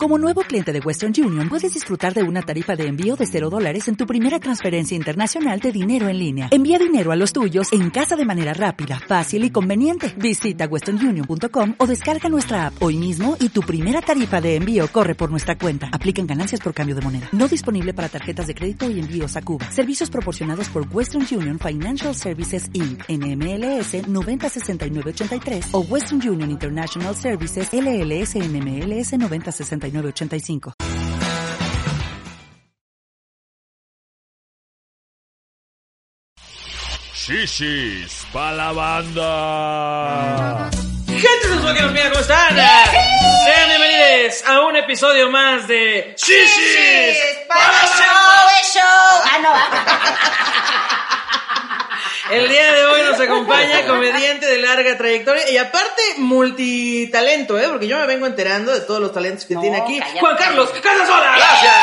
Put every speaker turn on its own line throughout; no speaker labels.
Como nuevo cliente de Western Union, puedes disfrutar de una tarifa de envío de $0 en tu primera transferencia internacional de dinero en línea. Envía dinero a los tuyos en casa de manera rápida, fácil y conveniente. Visita westernunion.com o descarga nuestra app hoy mismo y tu primera tarifa de envío corre por nuestra cuenta. Aplican ganancias por cambio de moneda. No disponible para tarjetas de crédito y envíos a Cuba. Servicios proporcionados por Western Union Financial Services Inc. NMLS 906983 o Western Union International Services LLS NMLS 906985.
Shishis pa' la banda.
Gente sensual, mira, ¿cómo están? Sean bienvenidos a un episodio más de Shishis
para
El día de hoy nos acompaña comediante de larga trayectoria y aparte multitalento, porque yo me vengo enterando de todos los talentos que tiene aquí.
Cállate.
Juan Carlos Casasola.
Gracias.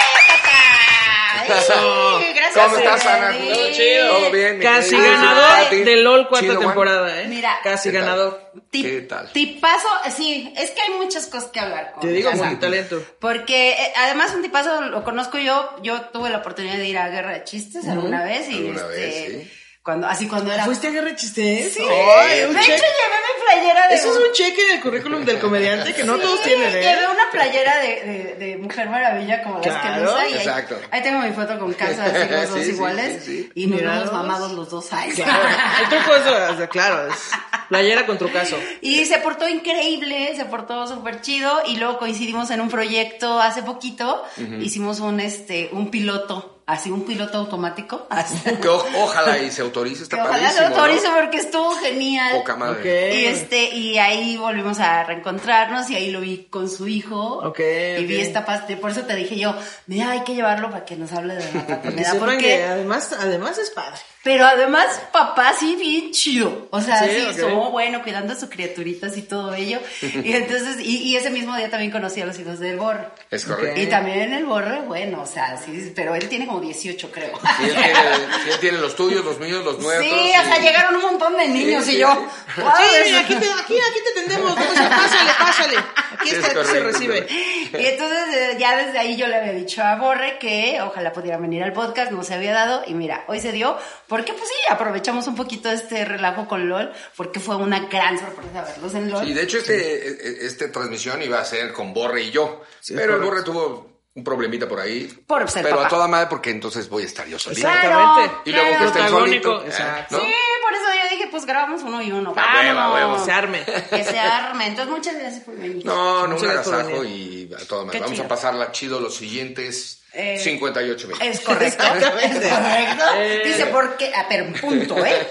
Gracias.
¿Cómo estás, Ana?
Todo chido.
Todo bien.
Casi
mi querida
ganador
Pati.
de LOL cuarta
Chido, Juan.
temporada,
Mira,
casi
¿qué tal?
ganador.
¿Qué tal?
Tipazo, sí, es que hay muchas cosas que hablar con
Te digo
Casa.
multitalento.
Porque además un tipazo lo conozco yo tuve la oportunidad de ir a Guerra de Chistes alguna vez y
Alguna vez, sí.
cuando era
¿Fuiste a Guerra de Chistes?
Sí,
Ay,
de
un
hecho
cheque.
llevé mi playera de
Eso es un cheque en el currículum del comediante que no
Sí,
todos tienen,
llevé una playera de Mujer Maravilla como las que
Claro,
usa y
exacto.
ahí tengo mi foto con Casa, así los dos
Sí, sí,
iguales
sí, sí.
y nos
Mirados.
vemos mamados los dos ahí.
Claro, el truco es, claro, es playera con trucazo.
Y se portó increíble, se portó súper chido y luego coincidimos en un proyecto hace poquito, hicimos un piloto, así un piloto automático, así.
Que ojalá y se autorice, está
Que ojalá
padrísimo,
lo autorice
¿no?
porque estuvo genial.
Poca madre.
Ok.
Y ahí volvimos a reencontrarnos y ahí lo vi con su hijo.
Ok,
Y vi
ok.
esta parte, por eso te dije yo, mira, hay que llevarlo para que nos hable de la
Que
paternidad.
sepan que
Porque,
además es padre.
pero además, papá sí bien chido. O sea,
Sí,
sí,
ok.
estuvo bueno cuidando a sus criaturitas y todo ello. Y entonces, y ese mismo día también conocí a los hijos del Borre.
Es correcto.
Y también el Borre, bueno, o sea, sí, pero él tiene como 18, creo.
Si él tiene los tuyos, los míos, los nuestros.
Sí, o sea, llegaron un montón de niños
Sí,
y
sí,
yo.
sí.
"Wow,
Sí,
eso".
aquí te atendemos. Pásale. Aquí
Sí,
está,
es
aquí se
correcto.
recibe.
Y entonces ya desde ahí yo le había dicho a Borre que ojalá pudiera venir al podcast, no se había dado y mira, hoy se dio, porque pues sí, aprovechamos un poquito este relajo con LOL, porque fue una gran sorpresa verlos en LOL.
Sí, de hecho, esta transmisión iba a ser con Borre y yo.
Sí,
pero el
correcto.
Borre tuvo un problemita por ahí.
Por ser
pero
papá.
a toda madre, porque entonces voy a estar yo solito.
Exactamente.
Y luego que esté el
Protagónico,
solito.
exacto.
¿no?
Sí, por eso yo dije, pues grabamos uno y uno.
A huevo, a huevo.
Se arme.
Que se arme. Entonces, muchas gracias por venir.
No, un
Muchas gracias por
agasajo
venir.
y a toda madre.
Qué
Vamos
chido.
a pasarla chido los siguientes 58 minutos.
Es correcto.
Exactamente.
Es correcto. Dice, ¿por qué? Pero un punto, ¿eh?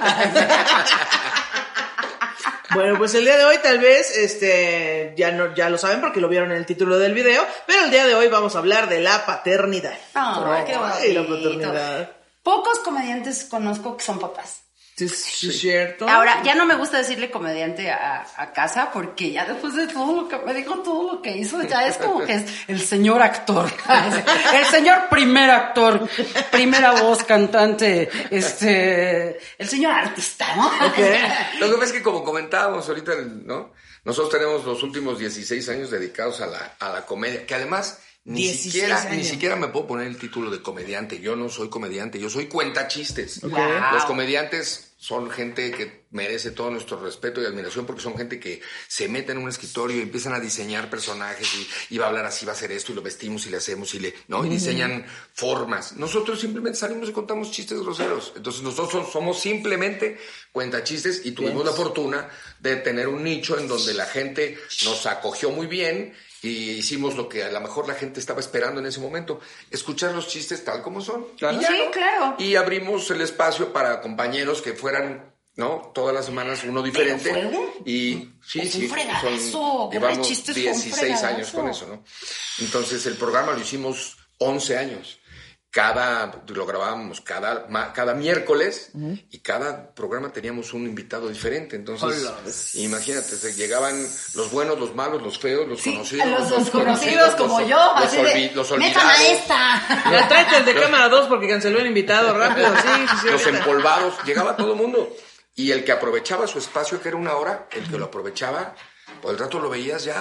Bueno, pues el día de hoy tal vez, ya lo saben porque lo vieron en el título del video, pero el día de hoy vamos a hablar de la paternidad.
Ay, qué
Ay, la
bonito.
paternidad.
Pocos comediantes conozco que son papás.
Sí, sí, es cierto.
Ahora, ya no me gusta decirle comediante a Casa porque ya después de todo lo que me dijo, todo lo que hizo, ya es como que es el señor actor. El señor primer actor, primera voz cantante, el señor artista, ¿no?
Ok.
Lo que pasa es que como comentábamos ahorita, ¿no? Nosotros tenemos los últimos 16 años dedicados a la comedia, que además ni
16 años.
siquiera me puedo poner el título de comediante. Yo no soy comediante, yo soy cuentachistes.
Wow.
Los comediantes son gente que merece todo nuestro respeto y admiración porque son gente que se mete en un escritorio y empiezan a diseñar personajes y va a hablar así, va a hacer esto y lo vestimos y le hacemos y diseñan formas. Nosotros simplemente salimos y contamos chistes groseros. Entonces nosotros somos simplemente cuentachistes y tuvimos la fortuna de tener un nicho en donde la gente nos acogió muy bien y hicimos lo que a lo mejor la gente estaba esperando en ese momento, escuchar los chistes tal como son.
Claro.
Y ya,
Sí,
¿no?
claro.
Y abrimos el espacio para compañeros que fueran, ¿no? Todas las semanas uno diferente.
Pero fue
Y sí,
es un
sí,
fregadazo, Guerra de
llevamos
Chistes fue un
16 años
fregadazo.
con eso, ¿no? Entonces el programa lo hicimos 11 años. Lo grabábamos cada miércoles y cada programa teníamos un invitado diferente. Entonces,
Hola.
imagínate, llegaban los buenos, los malos, los feos, los
Sí,
conocidos.
los desconocidos como yo, así de,
los
metan a
olvidados.
esta.
Ya tráete el de cámara 2 porque canceló el invitado rápido. Sí,
Los
ahorita.
empolvados, llegaba todo el mundo. Y el que aprovechaba su espacio, que era una hora, el que lo aprovechaba, pues el rato lo veías ya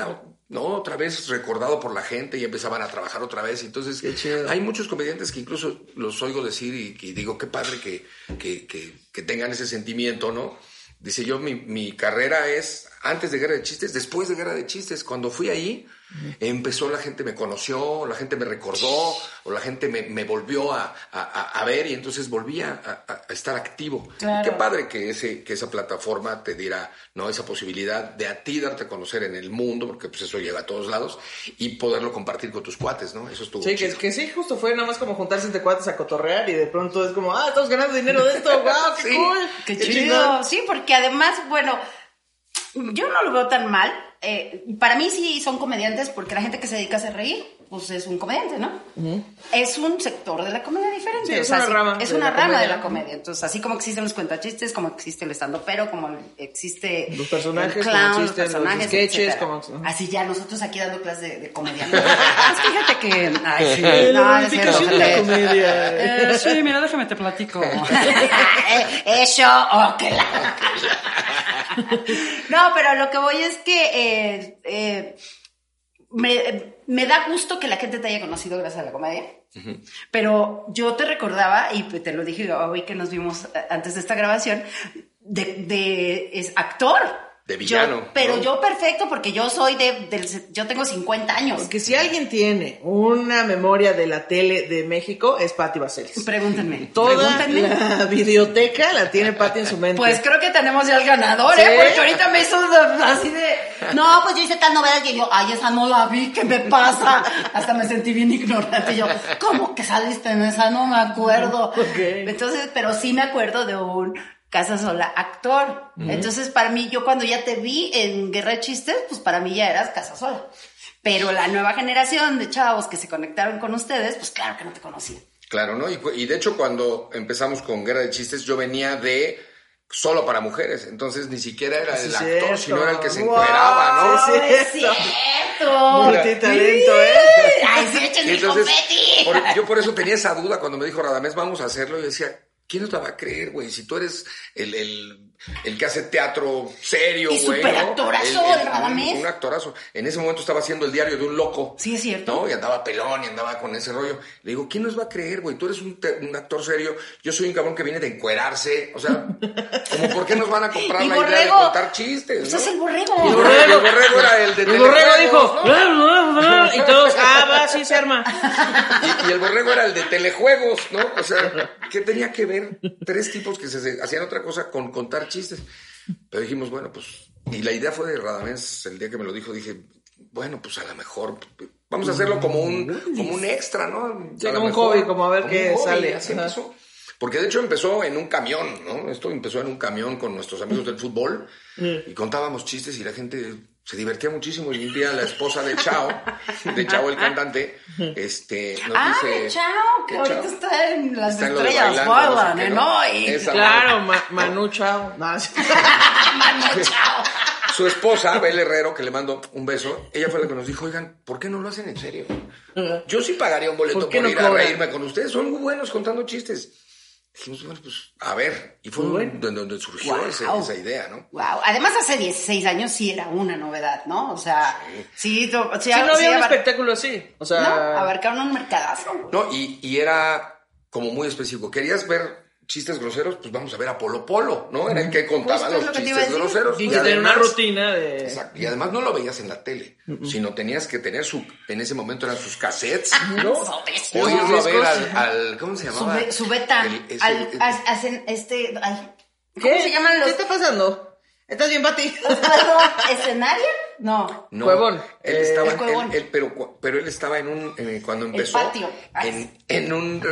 ¿no? Otra vez recordado por la gente y empezaban a trabajar otra vez. Entonces, hay muchos comediantes que incluso los oigo decir y digo, qué padre que tengan ese sentimiento, ¿no? Dice, yo mi carrera es antes de Guerra de Chistes, después de Guerra de Chistes. Cuando fui ahí, empezó, la gente me conoció, la gente me recordó, o la gente me volvió a ver, y entonces volví a estar activo.
Claro.
Qué padre que esa plataforma te diera, ¿no? Esa posibilidad de a ti darte a conocer en el mundo, porque pues eso llega a todos lados, y poderlo compartir con tus cuates, ¿no? Eso estuvo
Sí,
chido.
que sí, justo fue nada más como juntarse entre cuates a cotorrear y de pronto es como, estamos ganando dinero de esto, wow, qué
Sí,
cool.
Qué
chingón.
chido. Sí, porque además, bueno, yo no lo veo tan mal. Para mí sí son comediantes porque la gente que se dedica a hacer reír, pues es un comediante, ¿no? Es un sector de la comedia diferente.
Sí, es una rama
es
de
una
la
rama de
comedia.
la comedia. Entonces, así como existen los cuentachistes, como existe el stand-upero, como existe
Los personajes,
el
como
clown,
existen los
personajes,
sketches,
etcétera.
como-
Así ya nosotros aquí dando clases de comedia. Pues fíjate que... Ay, sí.
La
No, es cierto,
verificación de la
fíjate.
comedia.
Sí, mira, déjame te platico. Eso, que la... No, pero lo que voy es que me da gusto que la gente te haya conocido gracias a la comedia. Pero yo te recordaba, y te lo dije hoy que nos vimos antes de esta grabación, es actor.
De villano,
Pero
¿no?
yo perfecto, porque yo soy yo tengo 50 años.
Porque si alguien tiene una memoria de la tele de México, es Patti Vaselis.
Pregúntenme.
Toda
Pregúntenme.
la videoteca la tiene Patti en su mente.
Pues creo que tenemos ya el ganador,
¿Sí?
Porque ahorita me hizo así de... No, pues yo hice tal novela que yo... Ay, esa no la vi, ¿qué me pasa? Hasta me sentí bien ignorante. Y yo, ¿cómo que saliste en esa? No me acuerdo.
Ok.
Entonces, pero sí me acuerdo de un Casasola actor. Entonces, para mí, yo cuando ya te vi en Guerra de Chistes, pues para mí ya eras Casasola. Pero la nueva generación de chavos que se conectaron con ustedes, pues claro que no te conocían.
Claro, ¿no? Y de hecho, cuando empezamos con Guerra de Chistes, yo venía de Solo para Mujeres. Entonces, ni siquiera era
Sí,
el
es
actor,
cierto.
sino era el que se
Wow,
encueraba, ¿no?
sí,
¡Oh, es cierto!
Multitalento,
¡Ay, sí, échenme el
Entonces,
confeti!
yo por eso tenía esa duda cuando me dijo Radamés, vamos a hacerlo. Y yo decía, ¿quién no te va a creer, güey? Si tú eres el que hace teatro serio,
Y
güey,
superactorazo,
¿no?
el Radamés.
Un actorazo. En ese momento estaba haciendo El Diario de un Loco.
Sí, es cierto.
¿No? Y andaba pelón y andaba con ese rollo. Le digo, ¿quién nos va a creer, güey? Tú eres un actor serio. Yo soy un cabrón que viene de encuerarse. O sea, como ¿por qué nos van a comprar
Y
la idea de
Borrego.
contar chistes?
Pues
¿no?
es el borrego.
Y
El
Borrego.
borrego era el de
El borrego
Telejuegos,
dijo,
¿no?
y todos, va, sí se arma.
Y el borrego era el de telejuegos, ¿no? O sea, ¿qué tenía que ver tres tipos que se hacían otra cosa con contar chistes? Pero dijimos, bueno, pues... Y la idea fue de Radamés, el día que me lo dijo, dije, bueno, pues a lo mejor vamos a hacerlo como un extra, ¿no?
Sí,
A lo
como un
mejor,
hobby, como a ver qué
un hobby,
sale.
Así
Ajá.
empezó. Porque de hecho empezó en un camión, ¿no? Esto empezó en un camión con nuestros amigos del fútbol y contábamos chistes y la gente se divertía muchísimo. Y un día la esposa de Chao el cantante, nos dice...
de Chao, que ahorita está en las
Está en lo de
estrellas,
Bailando,
Boilan,
no sé qué,
¿no?
¿no?
Y
Esa
Claro, Manu Chao. No, sí.
Manu Chao.
Su esposa, Bel Herrero, que le mando un beso, ella fue la que nos dijo, oigan, ¿por qué no lo hacen en serio? Yo sí pagaría un boleto
¿Por qué
por
no
ir a
cobran?
reírme con ustedes, son muy buenos contando chistes. Dijimos, bueno, pues, a ver, y fue
Muy bueno.
donde surgió
Wow.
esa idea, ¿no?
Wow. Además, hace 16 años sí era una novedad, ¿no? O sea, sí,
Sí, no había un espectáculo así. O sea,
No, abarcaron un mercadazo. Güey.
No, y era como muy específico. ¿Querías ver chistes groseros? Pues vamos a ver a Polo Polo, ¿no? Era el que contaba
Justo es
los
lo que te iba a
chistes
decir.
groseros.
y que tener una
además-
rutina de...
Exacto. Y además no lo veías en la tele, sino tenías que tener en ese momento eran sus cassettes, ¿no?
Sobres.
O irlo a ver
discos.
al ¿cómo se llamaba?
Su beta. Hacen ay, ¿cómo se llaman los
¿Qué está pasando? ¿Estás bien, Pati?
escenario? No.
No,
Cuevón.
Él estaba,
el Cuevón.
pero él estaba en un, cuando empezó,
patio.
en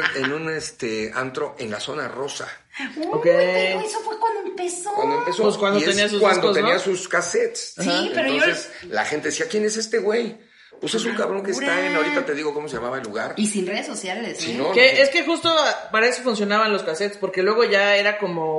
un antro en la zona rosa.
Ok.
Pero eso fue cuando empezó.
Cuando empezó,
Pues cuando
y
tenía
es
sus
cuando
discos, ¿no?
tenía sus cassettes.
Sí, pero yo-
Entonces, la gente decía, ¿quién es este güey? Pues es un cabrón que está en, ahorita te digo cómo se llamaba el lugar.
Y sin redes sociales,
Si
¿eh?
no,
Es que justo para eso funcionaban los cassettes, porque luego ya era como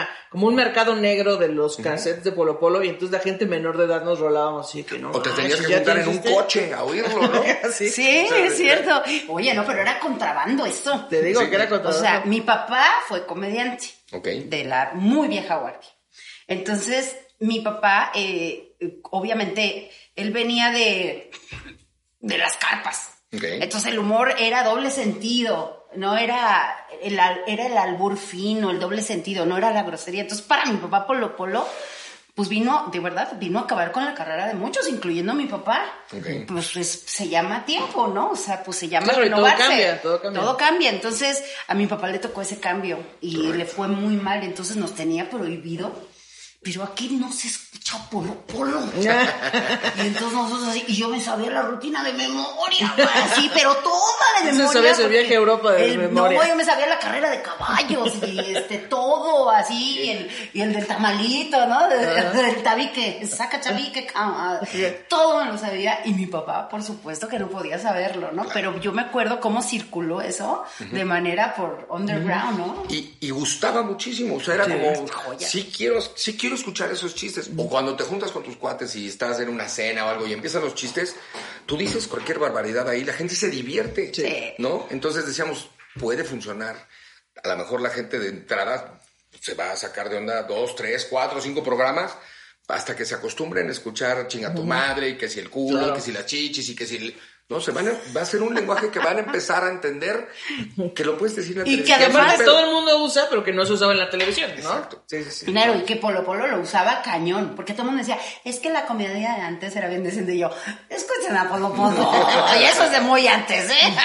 un mercado negro de los cassettes de Polo Polo, y entonces la gente menor de edad nos rolábamos así que no.
o te tenías
manches,
que
¿ya
juntar en un
tienes
coche a oírlo, ¿no?
Sí.
Sí,
O sea,
es cierto. Oye, no, pero era contrabando esto.
Te digo
Sí.
que era
O
contador.
sea, mi papá fue comediante
Ok.
de la muy vieja guardia. Entonces, mi papá obviamente, él venía de las carpas.
Okay.
Entonces el humor era doble sentido, no era el albur fino, el doble sentido, no era la grosería. Entonces para mi papá Polo Polo, pues vino a acabar con la carrera de muchos, incluyendo a mi papá.
Okay.
Pues se llama tiempo, ¿no? O sea, pues se llama
claro,
renovarse.
Todo cambia.
Entonces a mi papá le tocó ese cambio y le fue muy mal, entonces nos tenía prohibido. Pero aquí no se escucha Polo Polo. Y entonces nosotros así, y yo me sabía la rutina de memoria, así, pero toda de memoria.
Sabías el viaje a Europa de memoria.
No, yo me sabía la carrera de caballos y todo así, y el del tamalito, ¿no? Del tabique, saca chabique, todo me lo sabía. Y mi papá, por supuesto que no podía saberlo, ¿no? Pero yo me acuerdo cómo circuló eso de manera por underground, ¿no?
Y gustaba muchísimo, o sea, era como, sí quiero escuchar esos chistes. O cuando te juntas con tus cuates y estás en una cena o algo y empiezan los chistes, tú dices cualquier barbaridad ahí, la gente se divierte, ¿no? Entonces decíamos, puede funcionar. A lo mejor la gente de entrada se va a sacar de onda 2, 3, 4, 5 programas hasta que se acostumbren a escuchar chinga tu madre, y que si el culo, y que si las chichis, y que si el... No, va a ser un lenguaje que van a empezar a entender, que lo puedes decir en la televisión.
Y que además
todo el mundo usa, pero que no se usaba en la televisión, ¿no?
Exacto. Sí.
Claro, y que Polo Polo lo usaba cañón, porque todo el mundo decía, es que la comedia de antes era bien decente, y yo, escuchen a Polo Polo, y eso es de muy antes, ¿eh?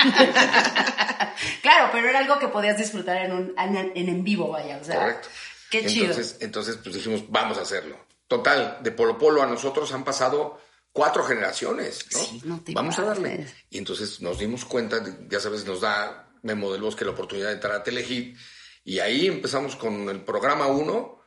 Claro, pero era algo que podías disfrutar en vivo, vaya, o sea. Correcto. Qué chido.
Entonces, pues dijimos, vamos a hacerlo. Total, de Polo Polo a nosotros han pasado 4 generaciones, ¿no?
Sí, no te
vamos
pases.
a darle. Y entonces nos dimos cuenta, ya sabes, nos da Memo del Bosque la oportunidad de entrar a Telehit, y ahí empezamos con el programa 1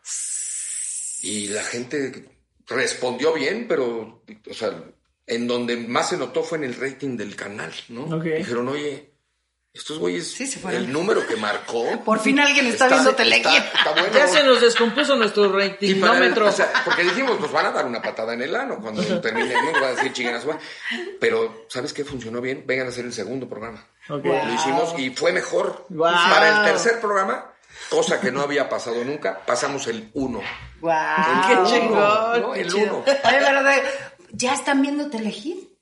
y la gente respondió bien, pero, o sea, en donde más se notó fue en el rating del canal, ¿no?
Okay.
Dijeron, oye, estos güeyes,
Sí, se fueron.
el número que marcó.
Por fin alguien está viendo Telehit.
Está bueno.
Ya se nos descompuso nuestro
Y para
ratinómetro.
o sea, porque dijimos, nos van a dar una patada en el ano cuando terminemos, va a decir chinguen a su madre. Pero, ¿sabes qué? Funcionó bien. Vengan a hacer el segundo programa.
Okay.
Lo hicimos y fue mejor.
Wow.
Para el tercer programa, cosa que no había pasado nunca, pasamos el 1.
¡Guau!
¡Qué chingón!
¿no?
Qué
El
chido.
1.
Oye, pero ¿ya están viendo Telehit?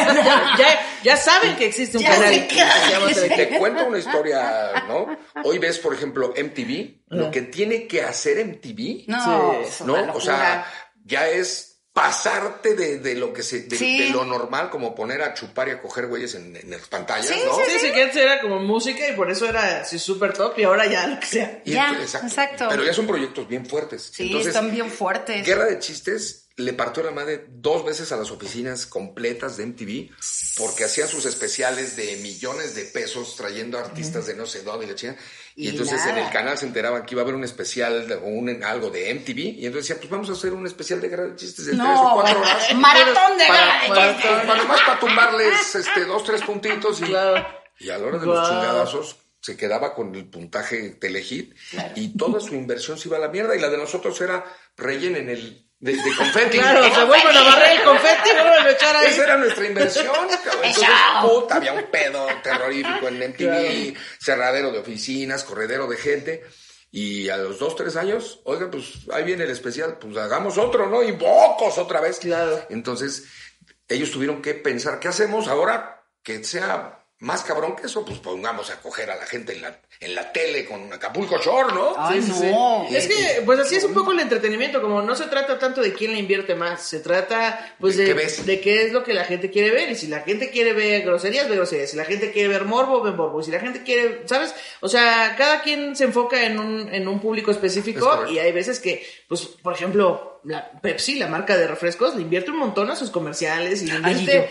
Ya saben que existe un
Ya
canal.
sé
que se llama
Si
Telehit.
te cuento una historia, ¿no? Hoy ves, por ejemplo, MTV, lo que tiene que hacer MTV,
No,
Sí.
es una
¿no? O sea,
locura.
ya es pasarte de lo que de
Sí.
lo normal, como poner a chupar y a coger güeyes en las pantallas,
Sí,
¿no?
Sí, que antes era como música y por eso era así súper top y ahora ya lo que sea.
Y
Ya,
entonces,
exacto.
Pero ya son proyectos bien fuertes.
Sí,
Entonces,
están bien fuertes.
Guerra de Chistes le partió la madre 2 veces a las oficinas completas de MTV porque hacían sus especiales de millones de pesos trayendo artistas de no sé dónde y la chingada. Y entonces
nada.
en el canal se enteraban que iba a haber un especial o algo de MTV y entonces decían, pues vamos a hacer un especial de Guerra de Chistes de 3 o 4 horas.
Maratón de Guerra de Chistes.
Para nomás para tumbarles 2, 3 puntitos y,
Claro.
y a la hora de los chingadazos se quedaba con el puntaje Telehit y toda su inversión se iba a la mierda y la de nosotros era rellenen el de confeti.
Claro, se vuelven a barrer el confeti y vuelven a echar ahí.
Esa era nuestra inversión, cabrón. Entonces, puta, había un pedo terrorífico en MTV, cerradero de oficinas, corredero de gente. Y a los 2, 3 años, oigan, pues ahí viene el especial, pues hagamos otro, ¿no? Y bocos otra vez.
Claro.
Entonces, ellos tuvieron que pensar, ¿qué hacemos ahora que sea más cabrón que eso? Pues pongamos a coger a la gente en la tele con Acapulco Shore, ¿no?
Ay,
Sí.
no.
Es que, pues así es un poco el entretenimiento, como no se trata tanto de quién le invierte más, se trata, pues,
¿De qué ves?
de qué es lo que la gente quiere ver, y si la gente quiere ver groserías, ve groserías, si la gente quiere ver morbo, ve morbo, y si la gente quiere, ¿sabes? O sea, cada quien se enfoca en un público
Es
específico,
correcto.
y hay veces que, pues, por ejemplo, la Pepsi, la marca de refrescos, le invierte un montón a sus comerciales, y le invierte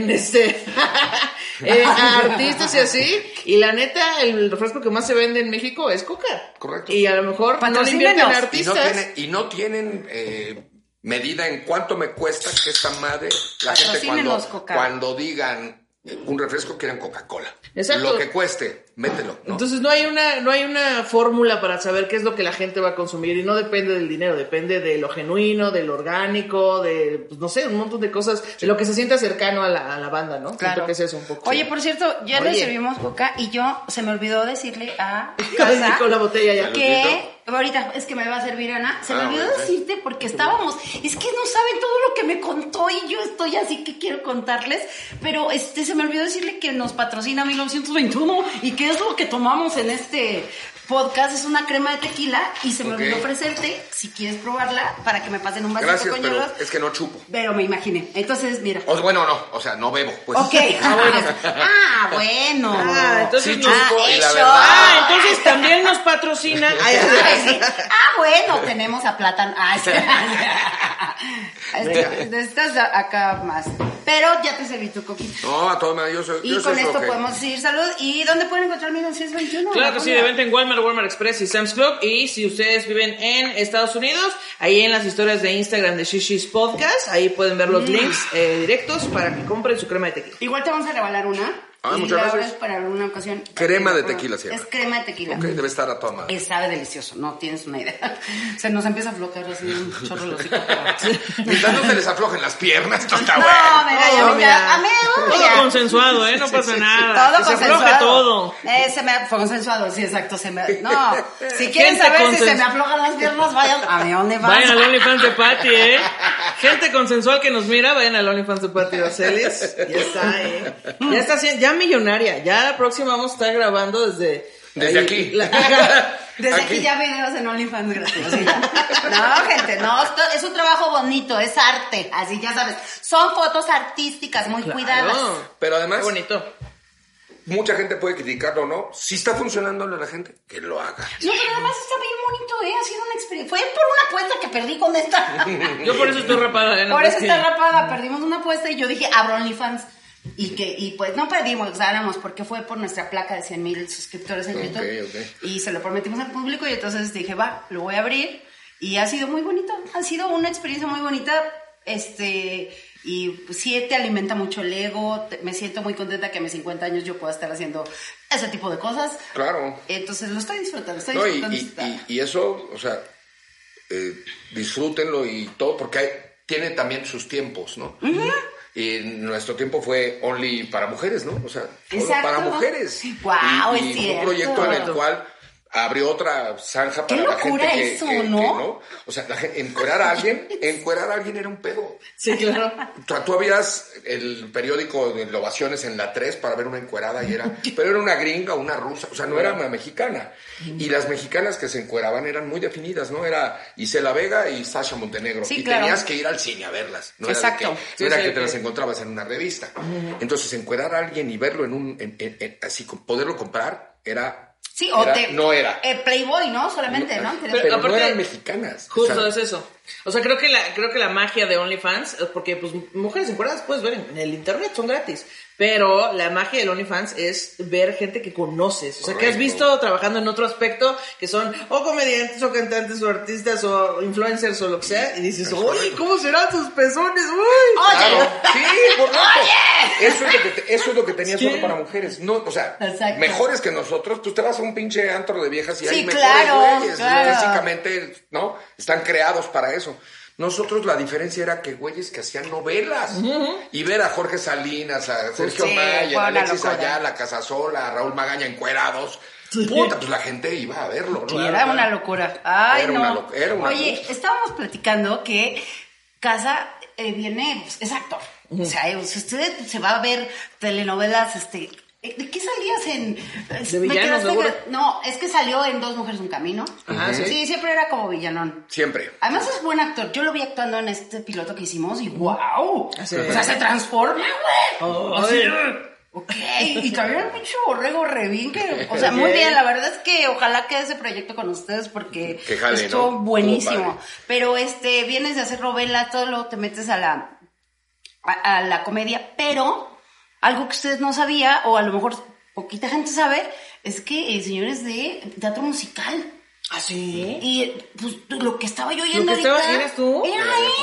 a artistas y así, y la neta, el refresco que más se vende en México es Coca.
Correcto.
Y a lo mejor no le invierten a
Patrocínenos.
artistas.
Y no tienen medida en cuánto me cuesta que esta madre, la gente
Patrocínenos, Coca.
cuando digan un refresco quieran Coca-Cola.
Exacto.
Lo que cueste, mételo, ¿no?
Entonces no hay una fórmula para saber qué es lo que la gente va a consumir y no depende del dinero, depende de lo genuino, de lo orgánico, de, pues, no sé, un montón de cosas, de lo que se sienta cercano a la banda, ¿no?
Claro.
Siento que es eso un poco.
Oye, por cierto, ya le
Oye.
servimos Coca y se me olvidó decirle a Casa
Con la botella ya.
que ahorita es que me va a servir Ana. Se me olvidó
bueno,
decirte porque estábamos. Es que no saben todo lo que me contó y yo estoy así que quiero contarles. Pero se me olvidó decirle que nos patrocina 1921 y que es lo que tomamos en este podcast. Es una crema de tequila y se me olvidó ofrecerte, si quieres probarla, para que me pasen un vasito
Gracias,
con
pero
hielos.
es que no chupo.
Pero me imaginé. Entonces, mira.
Bueno, no, o sea, no bebo, pues.
Ok. Bueno.
Entonces
Sí chupo y la
eso.
verdad...
entonces también nos patrocina.
Ay, sí. Bueno, tenemos a Plátano. Estás acá más. Pero ya te serví tu coquita.
No, a todo me yo soy.
Y
yo
con
soy
esto
floje.
podemos decir salud. ¿Y dónde pueden encontrar 1921?
Claro que sí, de venta en Walmart, Walmart Express y Sam's Club. Y si ustedes viven en Estados Unidos, ahí en las historias de Instagram de Shishis Podcast, ahí pueden ver los links directos para que compren su crema de tequila.
Igual te vamos a regalar una.
Ah,
y
muchas
la
gracias.
abres para una ocasión.
Crema de tequila, ¿sí?
Es crema de tequila.
Ok, debe estar a toda madre.
Sabe delicioso, no tienes una idea. Se nos empieza a aflojar así un chorro de hocico.
Mientras no se les aflojen las piernas, esto está
No,
bueno.
mira, ya,
mira.
a mí,
Todo
mira.
consensuado, no pasa nada.
Todo
Que se afloje
consensuado.
todo.
Se me fue consensuado, sí, exacto. No, si quieren
Gente
saber si
consen-
se me aflojan las piernas, vayan a mi OnlyFans.
Vayan al OnlyFans de Patty, Gente consensual que nos mira, vayan al OnlyFans de Patty Vaselis. Ya está, Ya está ya millonaria. Ya la próxima vamos a estar grabando desde
Desde aquí.
Desde aquí ya videos en OnlyFans gratuitos. Sí, ya. No, gente, no, es un trabajo bonito, es arte, así ya sabes. Son fotos artísticas, muy cuidadas.
Pero además,
Qué bonito.
mucha gente puede criticarlo o no. Si está funcionándole a la gente, que lo haga.
No, pero además está bien bonito, ha sido una experiencia. Fue por una apuesta que perdí con esta.
Yo por eso estoy rapada,
Por eso está rapada, perdimos una apuesta y yo dije, abro OnlyFans. Y pues no perdimos, ganamos, porque fue por nuestra placa de 100,000 suscriptores en YouTube.
Ok.
Y se lo prometimos al público y entonces dije, va, lo voy a abrir. Y ha sido muy bonito, ha sido una experiencia muy bonita. Y pues, sí te alimenta mucho el ego. Me siento muy contenta que a mis 50 años yo pueda estar haciendo ese tipo de cosas.
Claro.
Entonces lo estoy disfrutando,
No,
disfrutando.
y eso, o sea, disfrútenlo y todo, porque tiene también sus tiempos, ¿no? Y nuestro tiempo fue only para mujeres, ¿no? O sea, solo
Exacto.
para mujeres.
Guau,
y
es
fue un
cierto.
proyecto en el cual abrió otra zanja
Qué
para la gente
locura
que,
eso,
que
¿no?
no. O sea, encuerar a alguien era un pedo.
Sí, claro.
O sea, tú habías el periódico de ovaciones en la 3 para ver una encuerada pero era una gringa, una rusa, o sea, no era una mexicana. Y las mexicanas que se encueraban eran muy definidas, ¿no? Era Isela Vega y Sasha Montenegro.
Sí,
y
claro.
tenías que ir al cine a verlas. No
Exacto.
Era, no era que te las encontrabas en una revista. Entonces, encuerar a alguien y verlo así, poderlo comprar,
Sí,
no era.
Playboy, ¿no? Solamente, ¿no?
Pero
aparte,
no eran mexicanas.
Justo
O sea,
es eso. O sea, creo que la magia de OnlyFans, porque pues mujeres encueradas puedes ver en el internet, son gratis. Pero la magia del OnlyFans es ver gente que conoces. O sea, que has visto trabajando en otro aspecto, que son o comediantes, o cantantes, o artistas, o influencers, o lo que sea. Y dices, uy, ¿cómo serán sus pezones? Uy.
Claro, sí, por tanto. Eso es lo que tenía solo para mujeres. No, o sea,
Exacto.
mejores que nosotros, pues te vas a un pinche antro de viejas y
Sí,
hay mejores
claro,
güeyes.
claro.
Básicamente, ¿no? Están creados para eso. Nosotros la diferencia era que güeyes que hacían novelas. Y ver a Jorge Salinas, a Sergio
Sí,
Mayer,
fue
a
una
Alexis
locura.
Ayala, a Casasola, a Raúl Magaña encuerados. Puta, pues la gente iba a verlo, ¿no?
Era una locura. Ay,
Era
no.
una era una
Oye,
cosa.
estábamos platicando que Casa viene, pues, es actor. O sea, si usted se va a ver telenovelas, ¿de qué salías en...?
De villano, seguro.
No, es que salió en Dos Mujeres, Un Camino.
Ajá, sí.
Sí, siempre era como villanón.
Siempre.
Además es buen actor. Yo lo vi actuando en este piloto que hicimos y ¡wow!
Así
O
es.
sea, se transforma, güey. Así,
Ay.
ok, y también el pinche borrego Revín, que, o sea, muy bien, la verdad es que ojalá quede ese proyecto con ustedes porque
Que jale,
estuvo
¿no?
buenísimo.
Estuvo padre.
Pero vienes de hacer novela, todo luego te metes a la comedia, pero algo que ustedes no sabía, o a lo mejor poquita gente sabe, es que el señor es de teatro musical.
¿Ah, sí?
Y pues lo que estaba yo oyendo
¿Lo que
ahorita
¿Eras tú?
era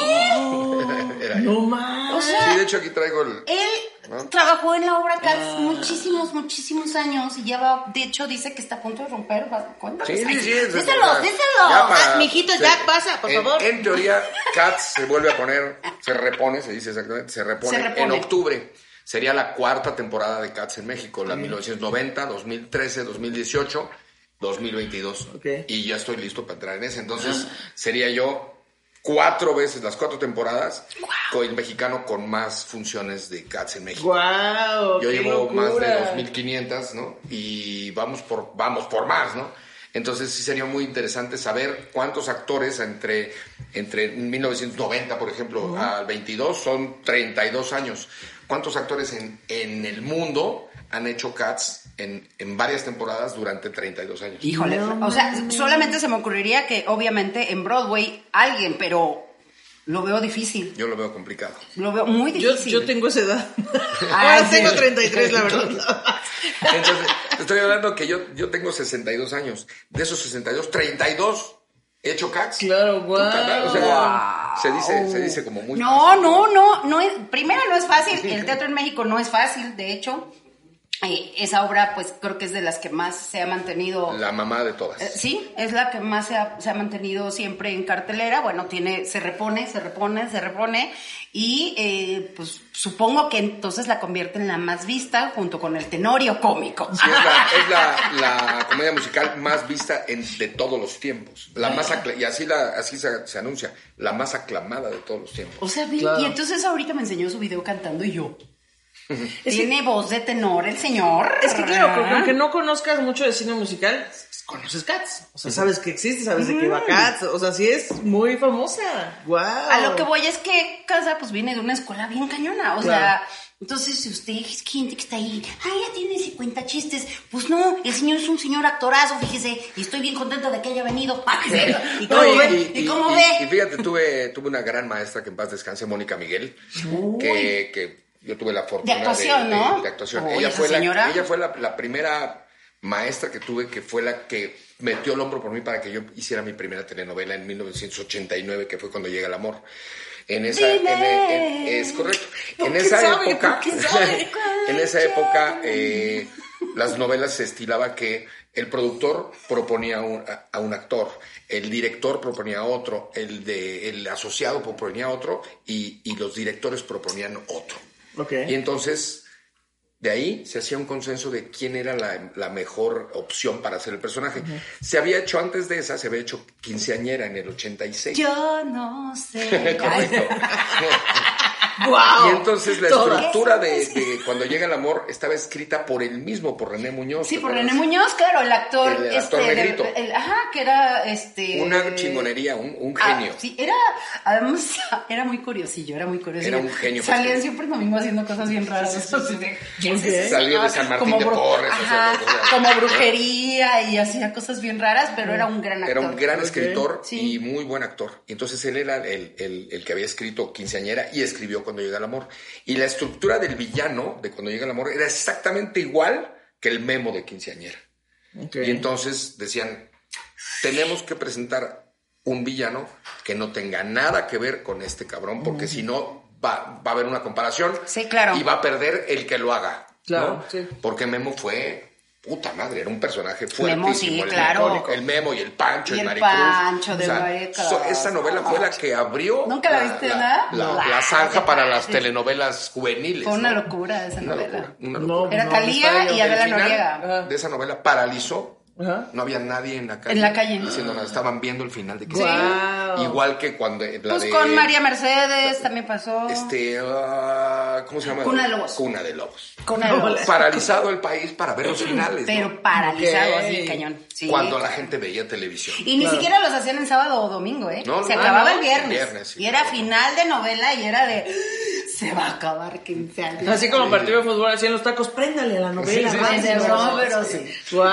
él.
Era
No más.
O sea,
Sí, de hecho aquí traigo el...
él trabajó en la obra Cats muchísimos años y de hecho dice que está a punto de romper. ¿Cuánto?
Sí.
Díselo.
Ya para-
mijito, ya pasa, por favor.
En teoría, Cats se vuelve a poner, se repone, se dice exactamente, se repone en octubre. Sería la 4ª temporada de Cats en México, la 1990, 2013, 2018. 2022.
Okay.
Y ya estoy listo para entrar en ese. Entonces, sería yo 4 veces, las 4 temporadas, con el mexicano con más funciones de Cats en México.
¡Guau!
Yo
¡Qué
llevo
locura!
más de 2.500, ¿no? Y vamos por más, ¿no? Entonces sí sería muy interesante saber cuántos actores entre 1990, por ejemplo, al 22, son 32 años. ¿Cuántos actores en el mundo han hecho Cats en varias temporadas durante 32 años?
Híjole, o sea, solamente se me ocurriría que obviamente en Broadway alguien, pero lo veo difícil.
Yo lo veo complicado.
Lo veo muy difícil.
Yo tengo esa edad.
Ay,
Ahora tengo
sí.
33, la verdad.
Entonces, te estoy hablando que yo tengo 62 años. De esos 62, 32 he hecho Cats.
Claro, guau.
Puta madre, o sea, se dice como muy
No,
fácil.
no es, primero no es fácil, el teatro en México no es fácil, de hecho, esa obra pues creo que es de las que más se ha mantenido.
La mamá de todas.
Sí, es la que más se ha mantenido siempre en cartelera, bueno, se repone y pues supongo que entonces la convierte en la más vista junto con el Tenorio cómico.
Sí, es la comedia musical más vista de todos los tiempos. La más y así se anuncia, la más aclamada de todos los tiempos.
O sea,
Claro.
y entonces ahorita me enseñó su video cantando y yo. Tiene voz de tenor el señor.
Es que claro, aunque no conozcas mucho de cine musical, pues, conoces Cats. O sea, sabes que existe, sabes de qué va Cats. O sea, sí es muy famosa. ¡Wow!
A lo que voy es que Casa pues viene de una escuela bien cañona. O sea, entonces si usted es gente que está ahí, ya tiene 50 chistes. Pues no, el señor es un señor actorazo, fíjese. Y estoy bien contenta de que haya venido. ¿Y cómo ve? ¿Y cómo ve?
Y fíjate, tuve una gran maestra que en paz descanse, Mónica Miguel, que yo tuve la fortuna
De actuación, ¿no?
de actuación.
Uy,
Ella
esa
fue
señora.
la primera maestra que tuve, que fue la que metió el hombro por mí para que yo hiciera mi primera telenovela en 1989, que fue Cuando Llega el Amor. Es correcto. En esa época, las novelas se estilaba que el productor proponía a un actor, el director proponía a otro, el asociado proponía a otro y los directores proponían otro.
Okay.
Y entonces, de ahí se hacía un consenso de quién era la mejor opción para hacer el personaje. Uh-huh. Se había hecho antes de esa, se había hecho Quinceañera en el 86.
Yo no sé.
Correcto.
¡Wow!
Y entonces la estructura de Cuando Llega el Amor estaba escrita por René Muñoz.
Sí, por René Muñoz, claro, el actor.
El actor negrito.
Que era
una chingonería, un genio.
Sí, además, era muy curiosillo, Era un genio. Salían siempre domingo haciendo cosas bien raras.
Salió de San Martín de Porres.
Como brujería y hacía cosas bien raras, pero era un gran actor.
Era un gran escritor y muy buen actor. Y entonces él era el que había escrito Quinceañera y escribió Cuando Llega el Amor. Y la estructura del villano de Cuando Llega el Amor era exactamente igual que el Memo de Quinceañera. Okay. Y entonces decían, tenemos que presentar un villano que no tenga nada que ver con este cabrón, porque si no va a haber una comparación.
Sí, claro.
Y va a perder el que lo haga.
Claro,
¿no?
sí.
Porque Memo fue... Puta madre, era un personaje fuertísimo.
Memo, sí, claro.
El Memo y el Pancho,
y el
Maricruz.
Pancho de Maricruz.
Esa novela fue la que abrió...
¿Nunca la viste, nada?
La zanja para las telenovelas juveniles.
Fue una locura esa novela.
Una locura.
Era Talía y Adela Noriega.
De esa novela paralizó. No había nadie en la calle.
En la calle.
Haciendo nada. Estaban viendo el final de que
wow.
Igual que cuando...
con María Mercedes también pasó.
¿Cómo se llama?
Cuna de Lobos.
Cuna de Lobos.
Cuna de Lobos.
Paralizado el país para ver los finales.
Pero paralizado, así, cañón. Sí.
Cuando la gente veía televisión.
Y ni siquiera los hacían en sábado o domingo, ¿eh? Se acababa el viernes.
Sí,
y era final de novela y era de... Se va a acabar 15 años.
Así como partido de fútbol, hacían los tacos, préndale a la novela.
Sí.
Wow.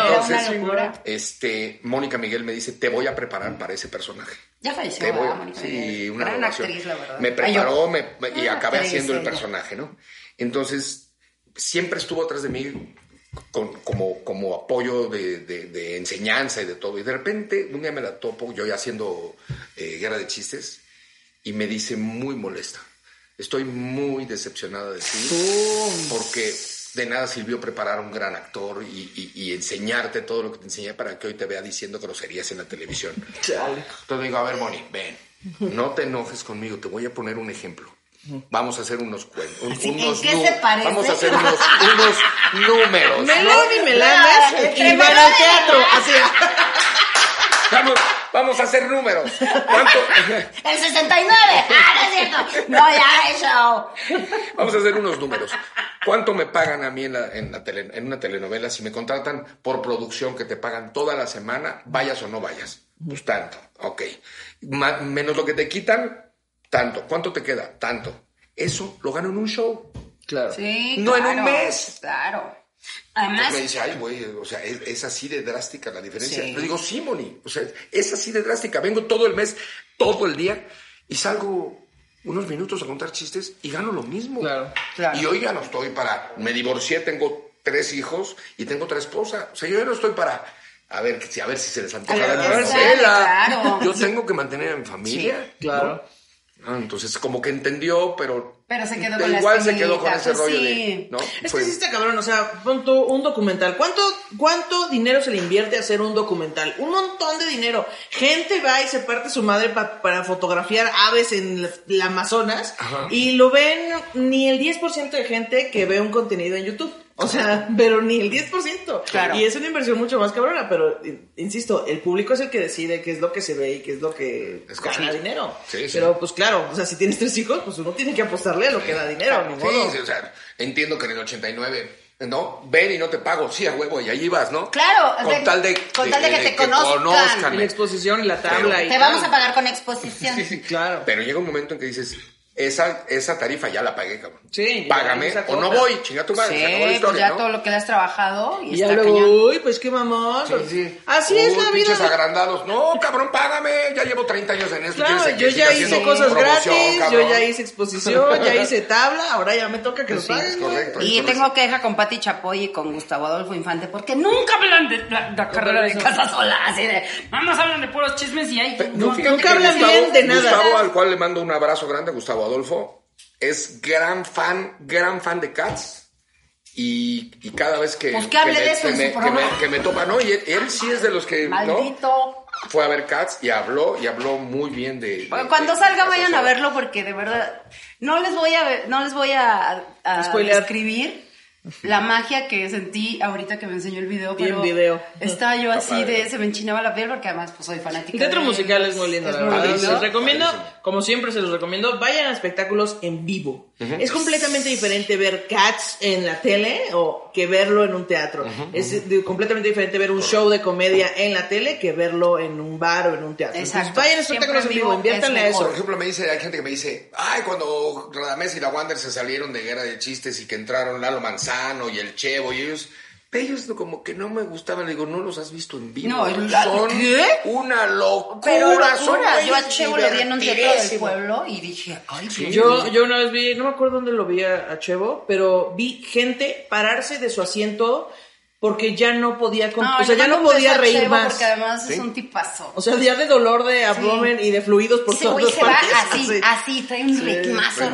Entonces, Mónica Miguel me dice, te voy a preparar para ese personaje.
Ya falleció, Mónica Miguel.
Sí, una
gran
relación.
actriz, la verdad.
Me preparó y acabé haciendo el personaje, ¿no? Entonces, siempre estuvo atrás de mí como apoyo de enseñanza y de todo. Y de repente, un día me la topo, yo ya haciendo Guerra de Chistes, y me dice muy molesta. Estoy muy decepcionada de ti porque de nada sirvió preparar a un gran actor y enseñarte todo lo que te enseñé para que hoy te vea diciendo groserías en la televisión.
Chale.
Entonces digo, a ver, Moni, ven, no te enojes conmigo, te voy a poner un ejemplo. Vamos a hacer unos cuentos.
¿En qué se parece?
Vamos a hacer unos números.
Melón y melames y van al teatro. Así.
Vamos a hacer números. ¿Cuánto?
El 69. No es cierto. No, ya eso.
Vamos a hacer unos números. ¿Cuánto me pagan a mí en una telenovela si me contratan por producción que te pagan toda la semana, vayas o no vayas? Pues tanto, ok. Menos lo que te quitan, tanto. ¿Cuánto te queda? Tanto. Eso lo gano en un show.
Claro.
Sí,
No
claro,
en un mes.
Claro. Además,
me dice, ay, güey, o sea, es así de drástica la diferencia.
Sí.
Le digo, sí, Moni, o sea, es así de drástica. Vengo todo el mes, todo el día, y salgo unos minutos a contar chistes y gano lo mismo.
Claro.
Claro.
Y hoy ya no estoy me divorcié, tengo 3 hijos y tengo 3 esposas. O sea, yo ya no estoy para... A ver si se les antoja la
ver,
novela.
claro.
Yo tengo que mantener a mi familia.
Sí, claro.
¿no? Entonces, como que entendió, pero
se quedó con la
igual se quedó con
espinita,
ese
pues
rollo
sí.
de... ¿no?
Es que sí está cabrón, o sea, pon tú un documental. ¿Cuánto dinero se le invierte a hacer un documental? Un montón de dinero. Gente va y se parte su madre para fotografiar aves en el Amazonas.
Ajá.
Y lo ven ni el 10% de gente que ve un contenido en YouTube. O sea, pero ni el 10%.
Claro.
Y es una inversión mucho más cabrona, pero insisto, el público es el que decide qué es lo que se ve y qué es lo que gana dinero.
Sí, sí.
Pero pues claro, o sea, si tienes 3 hijos, pues uno tiene que apostarle a lo que da dinero, ni modo.
Sí, o sea, entiendo que en el 89, ¿no? Ven y no te pago, sí, a huevo, y allí vas, ¿no?
Claro,
Con tal de
que te conozcan.
Y la exposición y la tabla y
Te vamos a pagar con exposición.
Sí,
Claro.
Pero llega un momento en que dices, esa tarifa ya la pagué, cabrón.
Sí,
Págame
esa
o no
cuota.
voy, chinga tu madre, se acabó la
Sí,
historia,
pues ya
¿no?
todo lo que le has trabajado y
Y ya
está
luego,
cañón.
uy, pues qué mamón.
Sí, sí.
Así es
Uy,
la vida.
pinches agrandados. No, cabrón, págame. Ya llevo 30 años en esto.
Claro,
Tienes que
yo
seguir
ya hice
haciendo
cosas
promoción,
gratis,
cabrón.
yo ya hice exposición, ya hice tabla, ahora ya me toca que lo
Sí,
paguen,
es
güey.
correcto.
Y
Entonces-
tengo queja con Pati Chapoy y con Gustavo Adolfo Infante porque nunca hablan de la carrera de Casa Sola, así de, nada más hablan de puros chismes y hay...
No, fíjate
Nunca
que
hablan bien de nada.
Gustavo, al cual le mando un abrazo grande, Gustavo Adolfo, es gran fan de Cats. Y cada vez que,
Pues que hable de eso en su programa.
que me topa, ¿no? Y él sí es de los que,
Maldito.
¿no? Fue a ver Cats y habló muy bien de...
Cuando salga
de
vayan a
Casa Sola.
verlo porque de verdad no les voy a
Spoilear.
describir la magia que sentí ahorita que me enseñó el video,
Bien
pero
video.
estaba yo así
padre.
se me enchinaba la piel porque además pues soy fanática.
El teatro
de
musical
ellos.
es muy lindo,
Es
la
muy
verdad.
lindo.
Les recomiendo,
Padrísimo.
como siempre se los recomiendo, vayan a espectáculos en vivo. Es completamente diferente ver Cats en la tele o que verlo en un teatro. Completamente diferente ver un show de comedia en la tele que verlo en un bar o en un teatro.
Exacto.
Entonces, vayan a espectáculos en
Siempre
vivo,
en vivo
inviértanle a
es
Por
eso.
ejemplo, hay gente que me dice, ay, cuando Radamés y la Wander se salieron de Guerra de Chistes y que entraron Lalo Manzano y el Chevo y ellos como que no me gustaban. Le digo, no los has visto en vivo.
No,
son
¿qué?
una locura.
Pero
son
locura, yo a
güeyes
Chevo lo vi en un teatro del
divertidísimos.
pueblo y dije, ay,
Sí.
Yo una vez vi, no me acuerdo dónde lo vi a Chevo, pero vi gente pararse de su asiento porque ya no podía, o sea, ya no podía reír más.
Porque además
¿Sí?
es un tipazo.
O sea, ya de dolor de abdomen y de fluidos por
Ese
todas
güey se va
partes.
así, trae un ritmazo.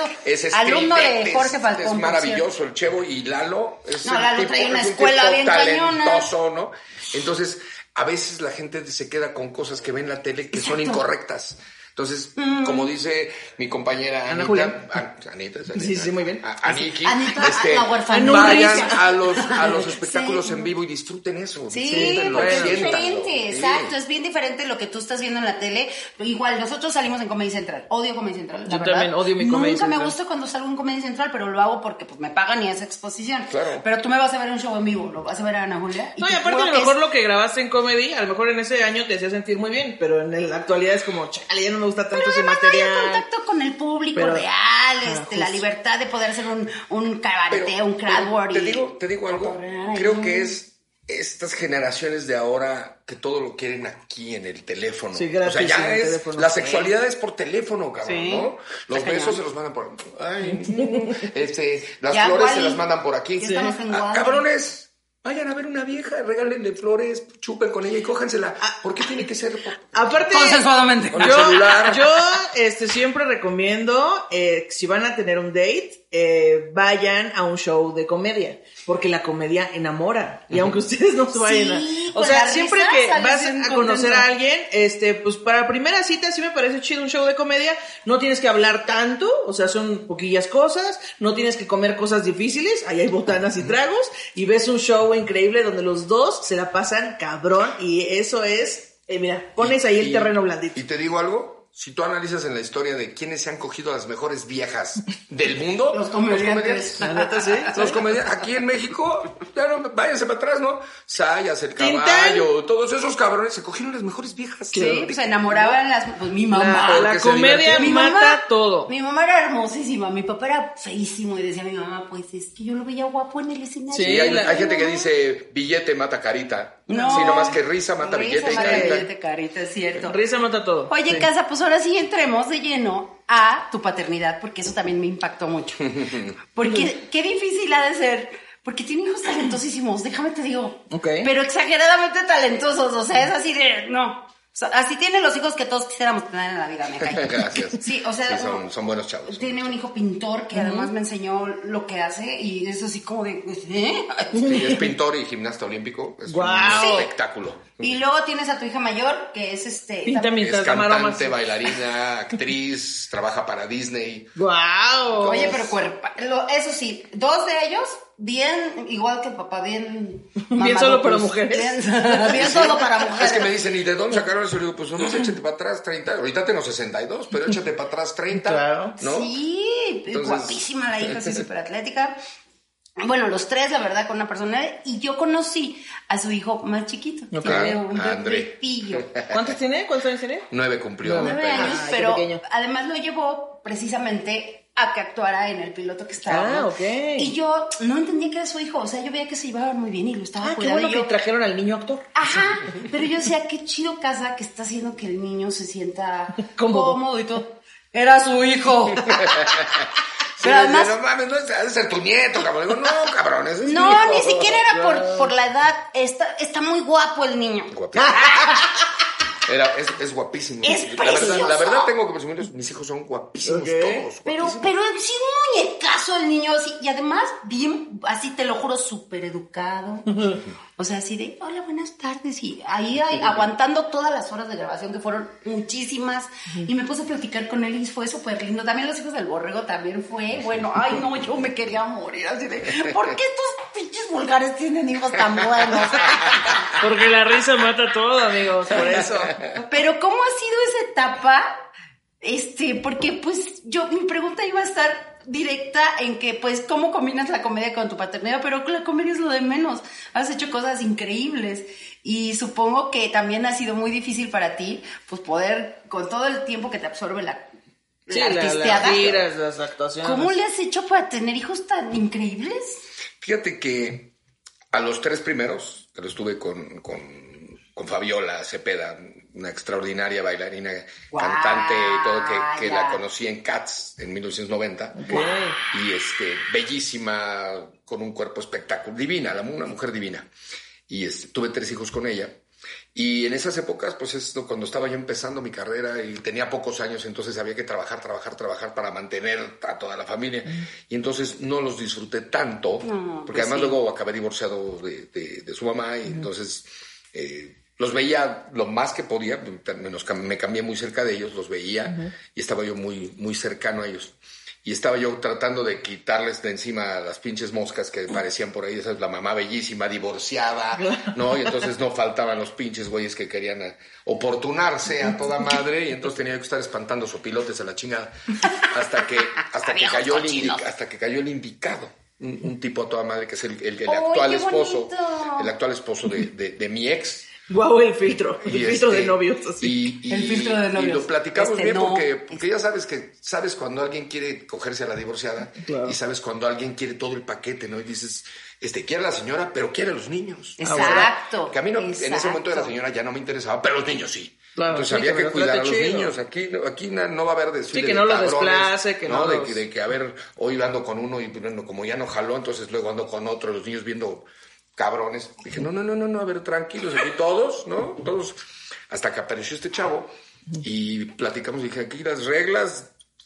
Es
Alumno de
estridente,
Jorge Falcón.
Es
por
maravilloso el Chevo y Lalo. Es
No,
el
Lalo
tipo,
trae una
es un
escuela
tipo
bien cañona.
talentoso, ¿no? Entonces, a veces la gente se queda con cosas que ve en la tele que son incorrectas. Entonces, como dice mi compañera
Ana
Anita,
Julia.
Anita,
Sí, muy bien.
Aniki,
Anita, la huérfana.
vayan
Anurris.
a los espectáculos en vivo y disfruten eso.
Sí,
disfrútenlo,
porque es
siéntanlo.
diferente,
Sí.
exacto, es bien diferente lo que tú estás viendo en la tele. Igual, nosotros salimos en Comedy Central, odio Comedy Central, la
Yo
verdad.
también odio mi Comedy
Nunca me
Central.
gusta cuando salgo en Comedy Central, pero lo hago porque pues me pagan y es exposición.
Claro.
Pero tú me vas a ver en un show en vivo, lo vas a ver a Ana Julia.
No, y
te
aparte
juro
a lo
que
mejor
es-
lo que grabaste en comedy, a lo mejor en ese año te hacía sentir muy bien, pero en la actualidad es como, chale, ya no me gusta tanto ese
Además, no hay el
material.
contacto con el público
Pero-
real, la
justo.
libertad de poder hacer un cabareteo,
Pero-
un crowdwork.
te digo algo, creo que es estas generaciones de ahora que todo lo quieren aquí en el teléfono.
Sí, gratis
o sea, ya
en el
es
teléfono.
la sexualidad es por teléfono, cabrón,
Sí.
¿no? Los
Está
besos
cañón.
se los mandan por ay, las
Ya,
flores se
Wally,
las mandan por aquí.
ya estamos en Wally.
Cabrones, vayan a ver una vieja, regálenle flores, chupen con ella y cójansela. ¿Por qué tiene que ser
Aparte,
Consensuadamente.
Con el celular?
yo siempre recomiendo, si van a tener un date, vayan a un show de comedia, porque la comedia enamora. Y aunque ustedes no se vayan
Sí,
o sea,
la
siempre
risa
que
sales
vas
bien
a conocer
contento.
a alguien, pues para primera cita sí me parece chido un show de comedia. No tienes que hablar tanto, o sea, son poquillas cosas, no tienes que comer cosas difíciles, ahí hay botanas y tragos, y ves un show increíble donde los dos se la pasan cabrón, y eso es, mira, pones ahí el terreno blandito.
Y te digo algo, si tú analizas en la historia de quiénes se han cogido a las mejores viejas del mundo,
Los comediantes.
La neta, sí.
Los comediantes, aquí en México, ya no, váyanse para atrás, ¿no? Sayas, el
Tintán.
caballo, todos esos cabrones se cogieron las mejores viejas.
Sí, se enamoraban pues mi mamá.
La
porque se
comedia
divertían.
mata todo.
Mi mamá era hermosísima, mi papá era feísimo y decía a mi mamá, pues es que yo lo veía guapo en el escenario.
Sí,
Y hay
la-
gente que dice, billete mata carita.
No.
Sí, nomás que risa mata billete y
mata
carita.
billete, carita, es cierto.
Risa mata todo.
Oye,
Sí.
Casa, pues ahora sí entremos de lleno a tu paternidad, porque eso también me impactó mucho. Porque qué difícil ha de ser, porque tiene hijos talentosísimos, déjame te digo.
Ok.
Pero exageradamente talentosos, o sea, es así de, no. O sea, así tiene los hijos que todos quisiéramos tener en la vida, me cae.
Gracias.
Sí, o sea,
Sí, son buenos chavos.
tiene un hijo pintor que además me enseñó lo que hace y es así como de, ¿eh?
Sí, es pintor y gimnasta olímpico. Es
Guau.
un espectáculo.
Y luego tienes a tu hija mayor, que es
Pinta
también-
mientras
Es
la maromas.
cantante, bailarina, actriz, trabaja para Disney.
¡Guau!
Oye, pero eso sí, dos de ellos, bien, igual que el papá, bien...
Bien solo para
mamadotes.
mujeres.
Bien solo para mujeres.
Es que me dicen, ¿y de dónde sacaron eso? Le digo, pues nomás échate para atrás 30. Ahorita tengo 62, pero échate para atrás 30.
Claro.
¿No?
Sí,
Entonces-
guapísima la hija, sí, súper atlética. Bueno, los tres, la verdad, con una persona. Y yo conocí a su hijo más chiquito.
Ok.
Tiene un
André.
bebecillo.
¿Cuántos tiene? ¿Cuántos años tiene?
9 cumplió.
9
apenas.
años,
Ay, qué
pero
pequeño.
además lo llevó precisamente a que actuara en el piloto que estaba.
Ah,
¿no?
ok.
Y yo no entendía que era su hijo, o sea, yo veía que se llevaban muy bien y lo estaba
Ah, qué
cuidando.
bueno
y yo,
que trajeron al niño actor.
ajá, pero yo decía, qué chido Casa que está haciendo que el niño se sienta
Cómodo.
cómodo y todo. Era su hijo.
Sí,
Pero además,
no mames, no ha de ser tu nieto, cabrón. Digo, no, cabrón, ese es mi
no,
hijo.
ni siquiera era por la edad. Está muy guapo el niño.
Guapísimo. Es guapísimo.
Es
la
precioso.
verdad tengo que presumirles, mis hijos son guapísimos
Ok.
todos.
Pero
guapísimos.
sí, un muñecazo el niño, así, y además, bien, así te lo juro, súper educado. O sea, así de, hola, buenas tardes, y ahí aguantando todas las horas de grabación, que fueron muchísimas, y me puse a platicar con él y fue súper lindo. También los hijos del borrego también fue, bueno, ay no, yo me quería morir, así de, ¿por qué estos pinches vulgares tienen hijos tan buenos?
Porque la risa mata todo, amigos, por eso.
Pero ¿cómo ha sido esa etapa? Porque pues mi pregunta iba a estar directa en que pues cómo combinas la comedia con tu paternidad, pero la comedia es lo de menos. Has hecho cosas increíbles y supongo que también ha sido muy difícil para ti pues poder, con todo el tiempo que te absorbe la
Sí,
artisteada,
las giras, las actuaciones.
¿cómo le has hecho para tener hijos tan increíbles?
Fíjate que a los 3 primeros, que los tuve con Fabiola Cepeda, una extraordinaria bailarina,
Guau,
cantante y todo, que
ya.
la conocí en Cats en 1990. Y bellísima, con un cuerpo espectacular, divina, una mujer divina. Y tuve 3 hijos con ella. Y en esas épocas, pues es cuando estaba yo empezando mi carrera y tenía pocos años, entonces había que trabajar para mantener a toda la familia. Y entonces no los disfruté tanto,
No,
porque
pues
además
sí.
luego acabé divorciado de su mamá y entonces los veía lo más que podía, me cambié muy cerca de ellos, los veía y estaba yo muy, muy cercano a ellos. Y estaba yo tratando de quitarles de encima las pinches moscas que parecían por ahí, esa es la mamá bellísima, divorciada, ¿no? Y entonces no faltaban los pinches güeyes que querían oportunarse a toda madre, y entonces tenía que estar espantando sopilotes a la chingada. Hasta que cayó el indicado. Un tipo a toda madre que es el
¡Ay,
actual
qué
esposo.
bonito!
El actual esposo de mi ex.
Guau, el filtro. El
Y
filtro de novios, así.
El filtro de novios.
Y lo platicamos bien
no,
porque ya sabes cuando alguien quiere cogerse a la divorciada,
Claro.
y sabes cuando alguien quiere todo el paquete, ¿no? Y dices, quiere a la señora, pero quiere a los niños.
Exacto.
Que a mí en ese momento de la
exacto.
señora ya no me interesaba, pero los niños sí.
Claro,
Entonces
sí,
había
que
que
me lo
cuidar a
trate
los
chido.
niños. Aquí no va a haber desfile
Sí, que
de
no los
cabrones,
desplace, que no los-
De que, a ver, hoy ando con uno y bueno, como ya no jaló, entonces luego ando con otro, los niños viendo cabrones. Dije, no, a ver, tranquilos, aquí todos, ¿no? Todos. Hasta que apareció este chavo y platicamos, dije, aquí las reglas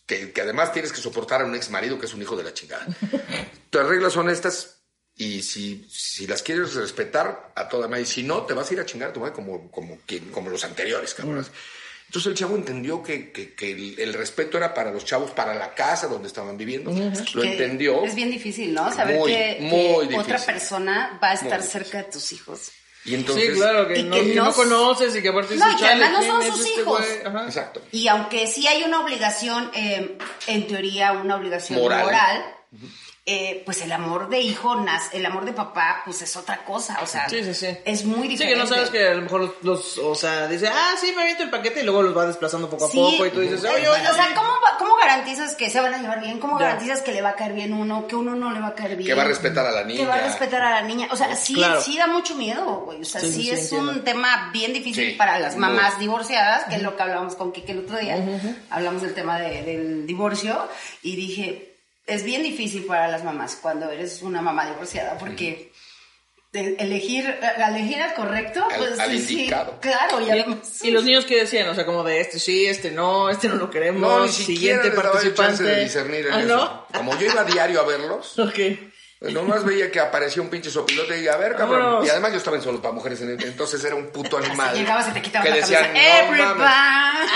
que además tienes que soportar a un ex marido que es un hijo de la chingada. Tus reglas son estas y si las quieres respetar a toda madre, y si no, te vas a ir a chingar a tu madre como los anteriores, cabrón. Entonces el chavo entendió que el respeto era para los chavos, para la casa donde estaban viviendo. Lo entendió.
Es bien difícil, ¿no? Saber que otra persona va a estar cerca de tus hijos.
Y entonces,
sí, claro, que no conoces y que aparte
no, y que además no son sus hijos.
Exacto.
Y aunque sí hay una obligación, en teoría una obligación moral, pues el amor de hijo, el amor de papá, pues es otra cosa, o sea, es muy diferente.
Sí, que no sabes que a lo mejor o sea, dice, sí, me aviento el paquete y luego los va desplazando poco a poco y tú dices, oye.
O sea, ¿cómo garantizas que se van a llevar bien? ¿Cómo garantizas que le va a caer bien uno, que uno no le va a caer bien?
Que va a respetar a la niña.
Que va a respetar a la niña, o sea, sí da mucho miedo, güey, o sea, sí es
entiendo.
un tema bien difícil para las mamás divorciadas, que es lo que hablábamos con Kike el otro día, hablamos del tema del divorcio, y dije, es bien difícil para las mamás cuando eres una mamá divorciada, porque elegir al correcto, pues
al indicado.
Claro,
y los niños que decían, o sea, como de sí, no lo queremos,
No, ni siquiera
siguiente
les daba el chance
participante
de discernir en eso.
¿No?
Como yo iba a diario a verlos, nomás veía que aparecía un pinche sopilote y a ver, cabrón.
Vámonos.
Y además yo estaba en Solo para Mujeres, entonces era un puto animal.
Llegabas y te quitabas
que
la
decían,
camisa.
no mames.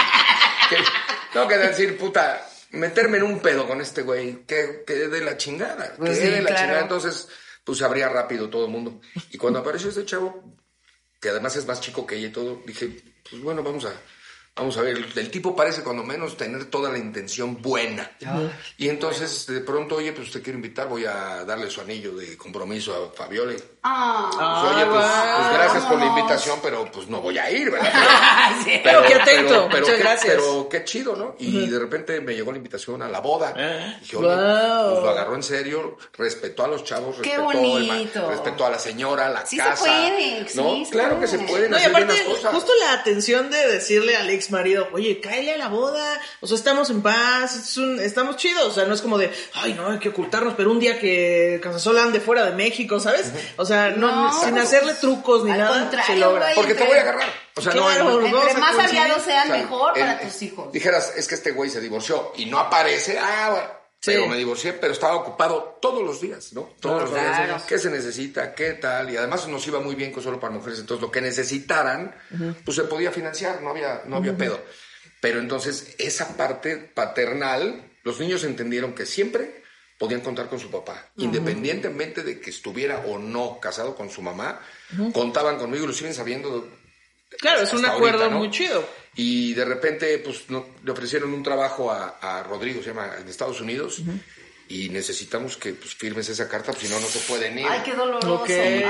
Tengo que decir, puta, meterme en un pedo con este güey, que de la chingada,
pues
que de la
claro.
chingada. Entonces, pues se abría rápido todo el mundo. Y cuando apareció este chavo, que además es más chico que ella y todo, dije, pues bueno, vamos a ver. El tipo parece cuando menos tener toda la intención buena. Y entonces, de pronto, oye, pues te quiero invitar, voy a darle su anillo de compromiso a Fabiola. Pues, oye, pues gracias por la invitación, pero pues no voy a ir, ¿verdad?
Pero qué atento, muchas gracias.
Pero qué chido, ¿no? Y de repente me llegó la invitación a la boda. Dije, oye, pues lo agarró en serio, respetó a los chavos, respetó a la señora, la casa.
Se puede,
¿no? Claro que se pueden
No, y
hacer bien
aparte,
las cosas.
justo la atención de decirle al ex marido, oye, cáele a la boda, o sea, estamos en paz, estamos chidos, o sea, no es como de, ay, no, hay que ocultarnos, pero un día que Casasola ande fuera de México, ¿sabes? O sea, sin hacerle trucos ni nada, se logra.
Güey,
Porque te voy a agarrar. O sea,
claro,
entre más aliados sean, mejor para tus hijos.
Dijeras, es que este güey se divorció y no aparece, bueno. Pero me divorcié, pero estaba ocupado todos los días, ¿no? Todos los días. ¿Qué se necesita? ¿Qué tal? Y además nos iba muy bien con Solo para Mujeres. Entonces, lo que necesitaran, pues se podía financiar. No había pedo. Pero entonces, esa parte paternal, los niños entendieron que siempre podían contar con su papá. Independientemente de que estuviera o no casado con su mamá, contaban conmigo y lo siguen sabiendo.
Claro, es un acuerdo ahorita, ¿no? Muy chido.
Y de repente, pues, le ofrecieron un trabajo a Rodrigo, se llama, en Estados Unidos, y necesitamos que pues, firmes esa carta, pues, si no, no se pueden ir.
Ay, qué doloroso.
Okay.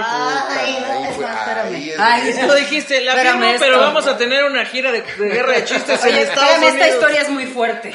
Espérame.
Tú dijiste, la firmo, pero vamos a tener una gira de guerra de chistes en Estados Unidos.
Esta historia es muy fuerte.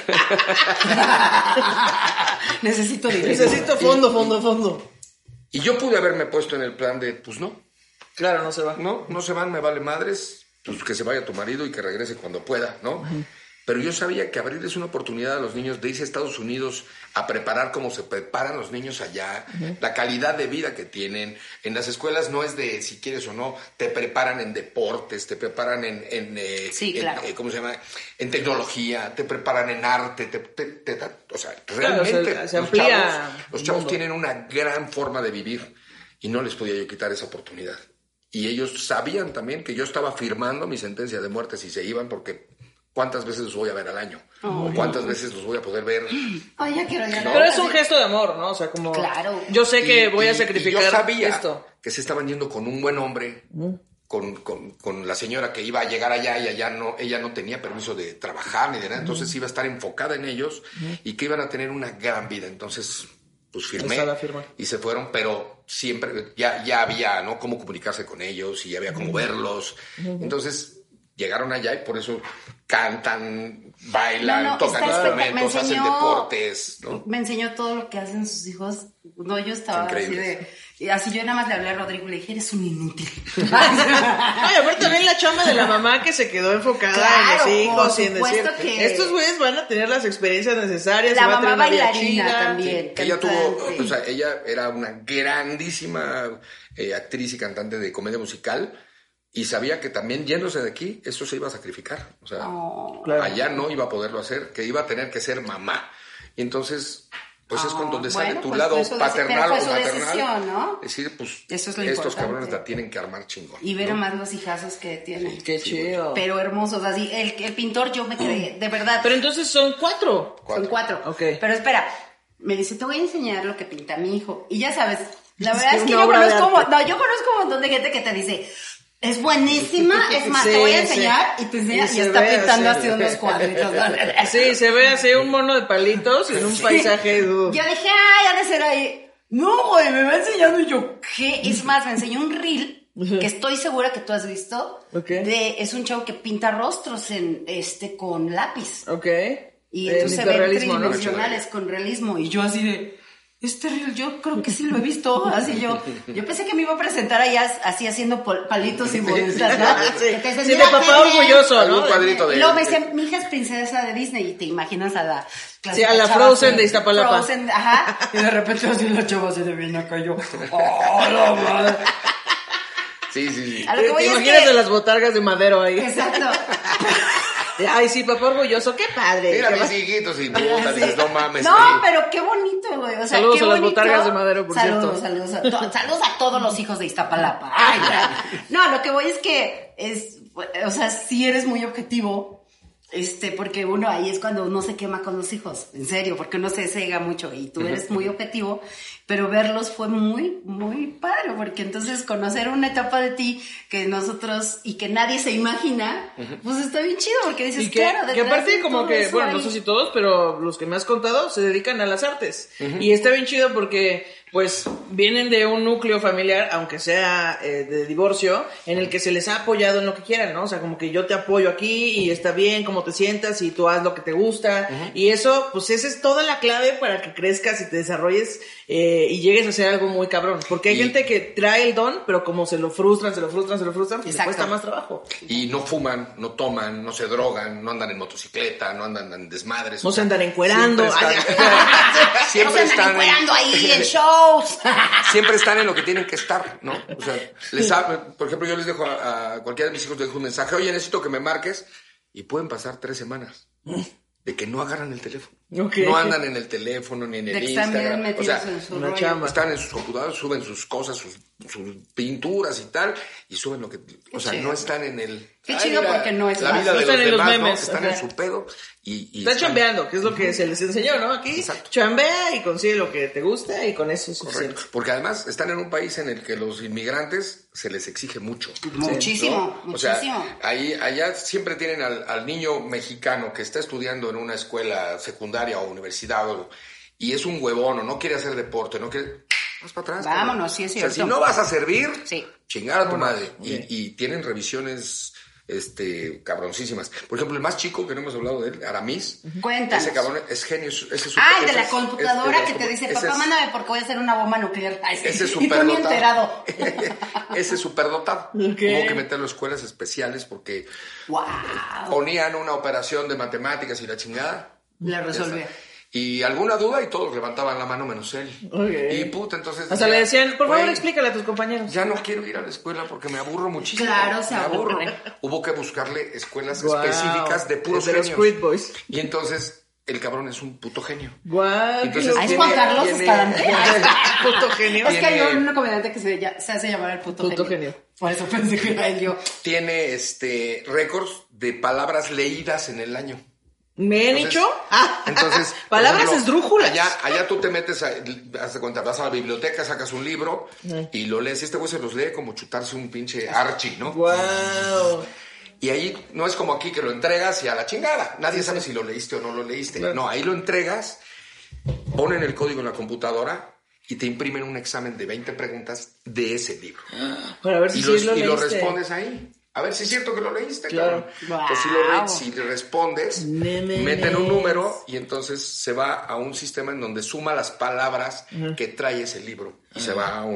Necesito dinero.
Necesito fondo.
Y yo pude haberme puesto en el plan de, pues no.
Claro, no se va.
No se van, me vale madres, pues que se vaya tu marido y que regrese cuando pueda, ¿no? Pero yo sabía que abrirles una oportunidad a los niños de irse a Estados Unidos a preparar como se preparan los niños allá, la calidad de vida que tienen. En las escuelas no es de si quieres o no, te preparan en deportes, te preparan ¿cómo se llama? En tecnología, te preparan en arte, o sea, realmente
claro, se amplía
los chavos tienen una gran forma de vivir y no les podía yo quitar esa oportunidad. Y ellos sabían también que yo estaba firmando mi sentencia de muerte si se iban, porque ¿cuántas veces los voy a ver al año? ¿O cuántas veces los voy a poder ver?
Ay, ya quiero llorar.
Pero es un gesto de amor, ¿no? O sea, como...
Claro.
Yo sé que voy a sacrificar
yo sabía
esto.
Que se estaban yendo con un buen hombre, con la señora que iba a llegar allá y ella no tenía permiso de trabajar ni de nada, entonces iba a estar enfocada en ellos y que iban a tener una gran vida. Entonces, pues firmé y se fueron, pero siempre ya había, ¿no? Cómo comunicarse con ellos y había cómo verlos. Entonces, llegaron allá y por eso cantan, bailan, tocan instrumentos, hacen deportes, ¿no?
Me enseñó todo lo que hacen sus hijos. No, yo estaba así yo nada más le hablé a Rodrigo y le dije, eres un inútil.
Ay, aparte también la chamba de la mamá que se quedó enfocada en los hijos y en decir, estos güeyes van a tener las experiencias necesarias.
La mamá bailarina también.
Ella ella era una grandísima actriz y cantante de comedia musical, Y sabía que también yéndose de aquí, eso se iba a sacrificar. O sea,
Claro.
allá no iba a poderlo hacer, que iba a tener que ser mamá. Y entonces, pues es con donde sale tu
pues
lado
fue su
paternal
pero
o
fue su
maternal.
decisión, ¿no?
Decir, pues,
Eso es lo
estos
importante.
cabrones la tienen que armar chingón.
Y ver
¿no?
más los hijazos que tienen.
Qué chido.
Pero hermosos, así. El pintor yo me quedé, de verdad.
Pero entonces son 4.
Son 4.
Ok.
Pero espera, me dice, te voy a enseñar lo que pinta mi hijo. Y ya sabes, la
Es
verdad
que
es que
una
yo
obra de
conozco,
arte.
yo conozco un montón de gente que te dice, es buenísima, es más,
Sí,
te voy a
sí.
enseñar y te enseña
Y
y
se
está
ve
pintando
así.
así unos cuadritos.
Sí, se ve así un mono de palitos en un
Sí.
paisaje.
Yo dije, ay, ha de ser ahí. No, güey, me va enseñando y yo, ¿qué? Es más, me enseñó un reel que estoy segura que tú has visto.
Ok.
Es un chavo que pinta rostros con lápiz.
Ok.
Y entonces se ven
hiperrealismo, ¿no?
tridimensionales con realismo. Y yo así de, este reel yo creo que sí lo he visto. Así yo pensé que me iba a presentar allá así haciendo palitos y bolitas, ¿no?
Sí.
Porque dices,
Sí, de
"Mira,
papá
qué bien".
orgulloso,
Algún
¿no?
cuadrito de...
Y luego me decía, mi hija es princesa de Disney y te imaginas a la...
Sí, a la
chava
Frozen
así,
de Iztapalapa.
Frozen, ajá. Y de repente así la chava se de bien acá yo. ¡Oh, la madre!
Sí, sí, sí.
A lo que voy
¿Te
es
imaginas
que...
de las botargas de madero ahí?
Exacto.
Ay, sí, papá orgulloso, qué padre.
Mira
Qué
mis
va-
hijitos y puta, dices, no mames.
No,
sí.
pero qué bonito, güey. O sea,
Saludos
qué
a las
bonito.
botargas de madero, por
Saludos,
cierto.
saludos a todos los hijos de Iztapalapa. Ay, ya. No, lo que voy es que o sea, si eres muy objetivo, porque uno ahí es cuando uno se quema con los hijos, en serio, porque uno se cega mucho y tú eres muy objetivo, pero verlos fue muy, muy padre, porque entonces conocer una etapa de ti que nosotros y que nadie se imagina, pues está bien chido, porque dices,
Y que,
claro,
que
detrás
aparte
de
como
todo
que,
eso
bueno, no
hay-
sé si todos, pero los que me has contado se dedican a las artes. Y está bien chido porque, pues, vienen de un núcleo familiar, aunque sea de divorcio, en el que se les ha apoyado en lo que quieran, ¿no? O sea, como que yo te apoyo aquí y está bien cómo te sientas y tú haz lo que te gusta. Y eso, pues, esa es toda la clave para que crezcas y te desarrolles y llegues a hacer algo muy cabrón. Porque hay gente que trae el don, pero como se lo frustran, pues le
Exacto.
cuesta más trabajo.
Y no fuman, no toman, no se drogan, no andan en motocicleta, no andan en desmadres.
No
o
se
sea,
andan encuerando.
Siempre
No se andan encuerando ahí en shows.
siempre están en lo que tienen que estar, ¿no? O sea, por ejemplo, yo les dejo a cualquiera de mis hijos, les dejo un mensaje, oye, necesito que me marques, y pueden pasar 3 semanas de que no agarran el teléfono.
Ok.
No andan en el teléfono ni en
De
el
que están bien
Instagram. O
metidos
sea,
en su
una
rollo.
chamba.
están en sus computadoras, suben sus cosas, sus pinturas y tal, y suben lo que... O sea,
chido.
no están en el...
Qué chido porque no es
la
más.
vida
No
de
están
los
en los
demás, ¿no?
memes,
Están
ajá.
en su pedo y
Está chambeando, que es lo que se les enseñó, ¿no? Aquí
Exacto.
chambea y consigue lo que te gusta y con eso es suficiente.
Correcto. Porque además están en un país en el que los inmigrantes se les exige mucho.
Muchísimo,
¿no? O sea,
muchísimo.
allá siempre tienen al niño mexicano que está estudiando en una escuela secundaria o universidad y es un huevón o no quiere hacer deporte, no quiere... Vas para atrás.
Vámonos,
cabrón.
sí es
O sea,
cierto.
si no vas a servir,
Sí.
chingar a tu madre.
Ok.
Y tienen revisiones cabroncísimas. Por ejemplo, el más chico, que no hemos hablado de él, Aramis.
Cuéntanos.
Ese cabrón es genio. Ese es su-
Ay, de
ese
la
es-
computadora
es-
que te dice,
ese
papá,
es-
mándame porque voy a hacer una bomba nuclear. Ay, sí.
Ese es
Y tú ni
superdotado.
enterado.
Ese es superdotado.
Ok.
Hubo que meterlo a escuelas especiales porque
Wow.
ponían una operación de matemáticas y la chingada.
La resolvió.
Ya está. Y alguna duda y todos levantaban la mano menos él.
Ok.
Y puta, entonces...
Hasta le decían, por favor,
güey,
explícale a tus compañeros.
ya no quiero ir a la escuela porque me aburro muchísimo.
Claro, se
me aburro.
aburre.
Hubo que buscarle escuelas
Wow.
específicas de puros
De los
genios.
Creed Boys.
Y entonces el cabrón es un puto genio.
Guau,
Entonces,
¿Ah, es Juan Carlos Escalante?
puto genio.
Es que hay
Tiene-
un comediante que se hace llamar el puto,
Puto genio.
Por eso pensé que era él yo.
Tiene récords de palabras leídas en el año.
¿Me han
Entonces-
dicho?
Entonces, por
palabras
ejemplo,
esdrújulas.
Allá tú te metes, haz de cuenta, vas a la biblioteca, sacas un libro y lo lees. Y este güey se los lee como chutarse un pinche Archie, ¿no?
Wow.
Y ahí no es como aquí que lo entregas y a la chingada. Nadie sabe si lo leíste o no lo leíste.
Claro.
No, ahí lo entregas, ponen el código en la computadora y te imprimen un examen de 20 preguntas de ese libro.
Para ver si
Y,
sí lo
y lo
leíste.
respondes ahí. A ver si es cierto que lo leíste,
Claro.
cabrón. Pues
Wow.
si le respondes,
Nemenes.
meten un número y entonces se va a un sistema en donde suma las palabras que trae ese libro. Y se va a un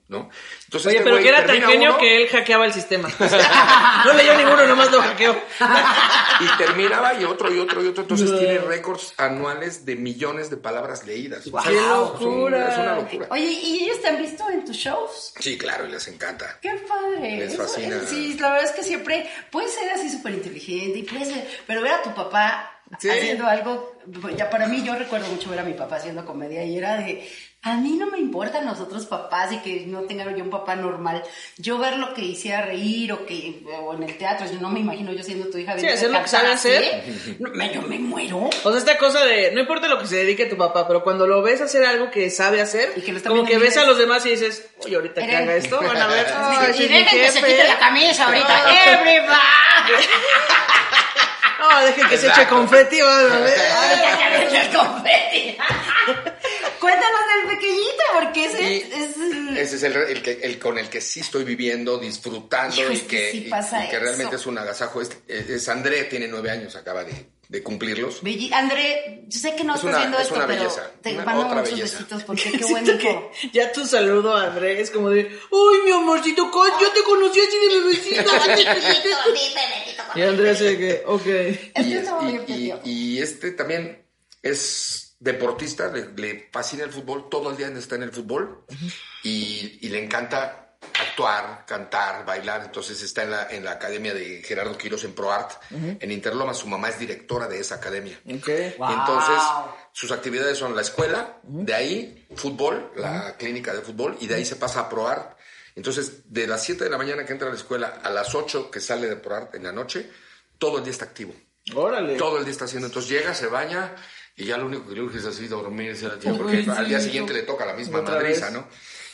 ¿no? Entonces,
Oye, pero
güey
que era tan
termina
genio
uno
que él hackeaba el sistema. No leyó ninguno, nomás lo hackeó.
y terminaba y otro. Entonces tiene récords anuales de millones de palabras leídas.
¡Qué locura!
Es una locura.
Oye, ¿y ellos te han visto en tus shows?
Sí, claro, y les encanta.
¡Qué padre!
Les fascina.
Sí, la verdad es que siempre puedes ser así súper inteligente y puedes ser, pero ver a tu papá haciendo algo, ya para mí, yo recuerdo mucho ver a mi papá haciendo comedia y era de, a mí no me importan los otros papás y que no tenga yo un papá normal, yo ver lo que hiciera reír o en el teatro, yo no me imagino yo siendo tu hija.
Sí, hacer lo que sabe hacer.
Yo me muero.
O sea, esta cosa de, no importa lo que se dedique tu papá, pero cuando lo ves hacer algo que sabe hacer,
y que lo está
como que
viendo
ves a los demás y dices, oye, ahorita que haga esto, van a ver,
y dejen que se quite la camisa ahorita, everybody.
No, dejen que se eche confeti, van a ver.
El confeti. Cuéntanos del pequeñito, porque
Ese es el con el que sí estoy viviendo, disfrutando.
Hijo,
y
es que sí pasa
que realmente
eso.
es un agasajo. Es André, tiene 9 años, acaba de cumplirlos.
André, yo sé que no
Es
estás
una-
viendo
es
esto,
una
pero
belleza,
te
una
mando
otra
muchos
belleza.
besitos porque qué buen
Siento
hijo.
que ya tu saludo, André, es como de, uy, mi amorcito, yo te conocí así de bebecito. Y André hace que, ok.
Este estaba bien perdido.
Y este también es deportista, le fascina el fútbol, todo el día está en el fútbol y le encanta actuar, cantar, bailar. Entonces está en la academia de Gerardo Quirós en ProArt, en Interlomas. Su mamá es directora de esa academia.
Okay.
Wow.
Y entonces sus actividades son la escuela, de ahí fútbol, la clínica de fútbol, y de ahí se pasa a ProArt. Entonces, de las 7 de la mañana que entra a la escuela a las 8 que sale de ProArt en la noche, todo el día está activo.
Órale.
Todo el día está haciendo. Entonces llega, se baña y ya lo único que le urge es así dormirse a la tía, porque al día siguiente le toca la misma
Otra
madriza,
vez.
¿no?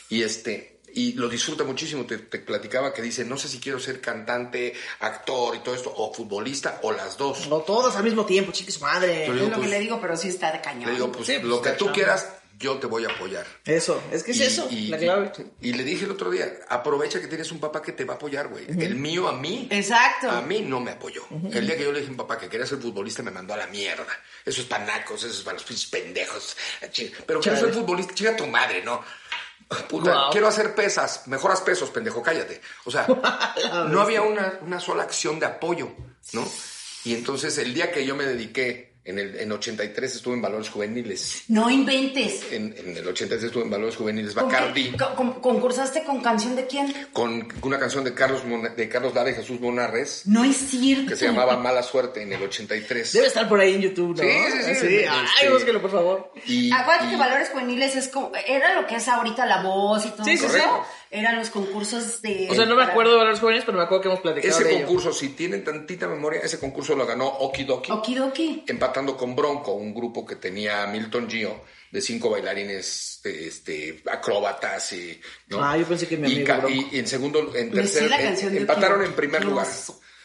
Y lo disfruta muchísimo. Te platicaba que dice, no sé si quiero ser cantante, actor y todo esto, o futbolista, o las dos.
No todos al mismo tiempo, chicos, madre.
Yo
Es
digo,
lo que
pues,
le digo, pero sí está de cañón.
le digo, pues
Sí, pues,
lo que
está
tú
chamba.
quieras, yo te voy a apoyar.
Eso, es que es eso, la clave.
Y le dije el otro día, aprovecha que tienes un papá que te va a apoyar, güey. El mío a mí.
Exacto.
A mí no me apoyó. El día que yo le dije a mi papá que quería ser futbolista me mandó a la mierda. Eso es para nacos, eso es para los pinches pendejos. Pero quiero ser futbolista, chica tu madre, ¿no? Puta,
Wow.
quiero hacer pesas, mejoras pesos, pendejo, cállate. O sea, no había una sola acción de apoyo, ¿no? Y entonces el día que yo me dediqué, en 83 estuve en Valores Juveniles.
No inventes.
En el 83 estuve en Valores Juveniles
¿Con qué-
Bacardi.
¿Concursaste con canción de quién?
Con una canción de Carlos Lara y Jesús Monarres
No es cierto.
que se llamaba Mala Suerte en el 83.
Debe estar por ahí en YouTube, ¿no?
Sí.
Ay, búsquelo, por favor.
Acuérdate que Valores Juveniles es como, era lo que es ahorita La Voz y todo
Sí, sí,
eso.
sí.
Eran los concursos de...
O sea, no me acuerdo de Valores Jóvenes, pero me acuerdo que hemos platicado
Ese
de ello.
concurso, si tienen tantita memoria, ese concurso lo ganó Okidoki,
Okidoki.
empatando con Bronco, un grupo que tenía Milton Gio, de 5 bailarines acróbatas y, ¿no?
Ah, yo pensé que mi amigo Bronco.
y en segundo, en
Me sé
tercer,
la canción de
empataron
Okidoki.
en primer
No.
lugar.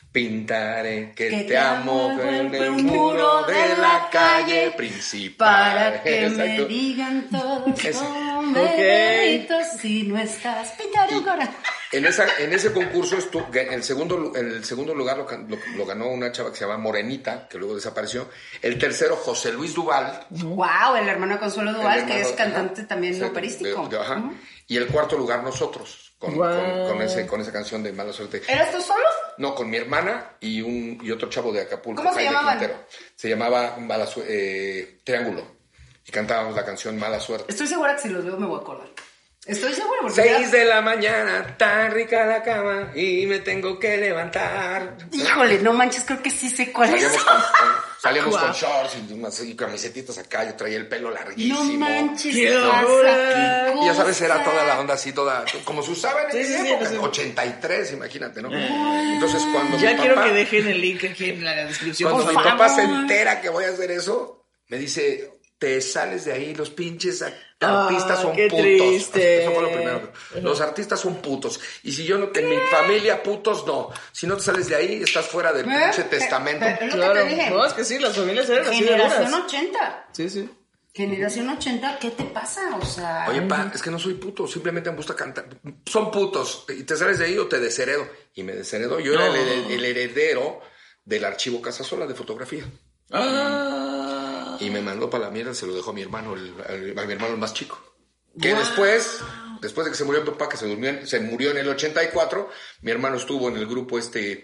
Pintaré que
Que
te amo en el
un
muro de la calle principal.
para que me
Exacto.
digan todos
Ese.
con
Ok.
deditos si no estás. Pintaré un corazón.
En ese concurso el segundo lugar lo ganó una chava que se llama Morenita, que luego desapareció. El tercero, José Luis Duval.
Wow, el hermano de Consuelo Duval,
el
que
hermano-
es cantante
ajá,
también
sí,
operístico.
Ajá. Y el cuarto lugar, nosotros, con
Wow.
esa canción de Mala Suerte.
¿Eras tú solo?
No, con mi hermana y otro chavo de Acapulco.
¿Cómo se
Jaime
llamaban?
Quintero. Se llamaba Triángulo. Y cantábamos la canción Mala Suerte.
Estoy segura que si los veo me voy a acordar. Estoy segura porque...
6 de la mañana, tan rica la cama y me tengo que levantar.
Híjole, no manches, creo que sí sé cuál es.
Salíamos con shorts y camisetitas acá. Yo traía el pelo larguísimo.
No manches,
¡Qué
pasa,
locura!
qué
Y ya sabes, era
cosa.
toda la onda así, toda como se usaba en
Sí,
esa
sí, sí,
época.
sí.
83, imagínate, ¿no? Entonces, cuando
Ya
mi
quiero
papá,
que dejen el link aquí en la descripción.
cuando
por
mi
favor.
papá se entera que voy a hacer eso, me dice, te sales de ahí, los pinches artistas son
qué
putos.
triste.
Eso fue lo primero. Los artistas son putos. Y si yo no, en mi familia, putos no. Si no te sales de ahí, estás fuera del pinche testamento.
Es lo que
Claro,
te dije.
no, es que sí, las familias eran así de
Generación
duras.
80.
Sí, sí.
Generación 80, ¿qué te pasa? O sea...
Oye, pa, es que no soy puto, simplemente me gusta cantar. Son putos. Y te sales de ahí o te desheredo. Y me desheredo. Yo era el heredero del archivo Casasola de fotografía.
Ah.
Y me mandó para la mierda, se lo dejó a mi hermano, a mi hermano el más chico. Que después de que se murió mi papá, que se murió en el 84, mi hermano estuvo en el grupo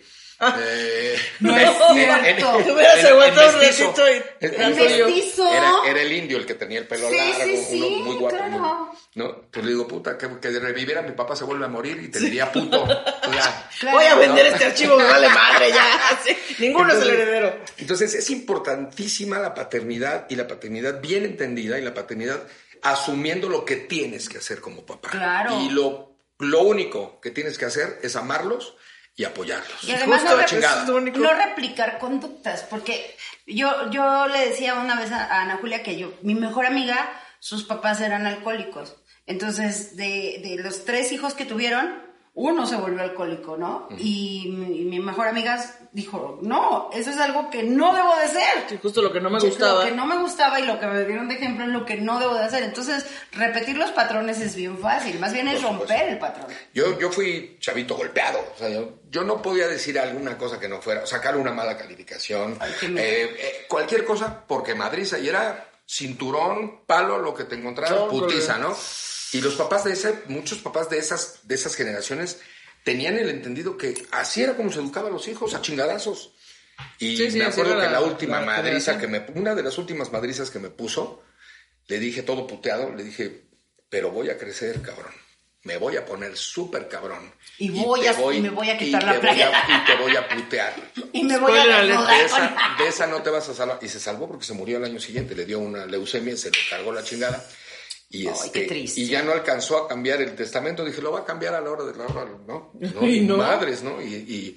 No es cierto.
Te hubieras aguantado un
mestizo.
ratito y...
El mestizo.
Era el indio el que tenía el pelo largo, uno muy guapo.
claro.
¿No? Pues le digo, puta, que reviviera mi papá se vuelve a morir y te diría puto. Ya.
Claro.
Voy a vender este archivo, me vale madre ya. Sí, ninguno es el heredero.
Entonces es importantísima la paternidad, y la paternidad bien entendida, y la paternidad asumiendo lo que tienes que hacer como papá.
Claro.
Y lo único que tienes que hacer es amarlos y apoyarlos.
Y además
Justo la chingada.
no replicar conductas, porque yo le decía una vez a Ana Julia que mi mejor amiga, sus papás eran alcohólicos. Entonces, de los 3 hijos que tuvieron, uno se volvió alcohólico, ¿no? Y mi mejor amiga dijo, no, eso es algo que no debo de hacer.
Sí, justo lo que no me gustaba.
Lo que no me gustaba y lo que me dieron de ejemplo es lo que no debo de hacer. Entonces, repetir los patrones es bien fácil. Más bien es romper el patrón.
Yo fui chavito golpeado. O sea, yo no podía decir alguna cosa que no fuera, sacar una mala calificación, cualquier cosa, porque madriza, y era cinturón, palo, lo que te encontrara, putiza, ¿no? Y los papás muchos papás de esas generaciones tenían el entendido que así era como se educaban los hijos, a chingadazos. Y me acuerdo que la última madriza una de las últimas madrizas que me puso, le dije todo puteado, le dije, pero voy a crecer, cabrón. Me voy a poner súper cabrón.
Y me voy a quitar la playera.
Y te voy a putear.
Y me voy a desnudar.
De esa no te vas a salvar. Y se salvó porque se murió el año siguiente. Le dio una leucemia, se le cargó la chingada. Y,
qué triste.
y ya no alcanzó a cambiar el testamento. Dije, lo va a cambiar a la hora de la hora. No,
No.
madres, ¿no? El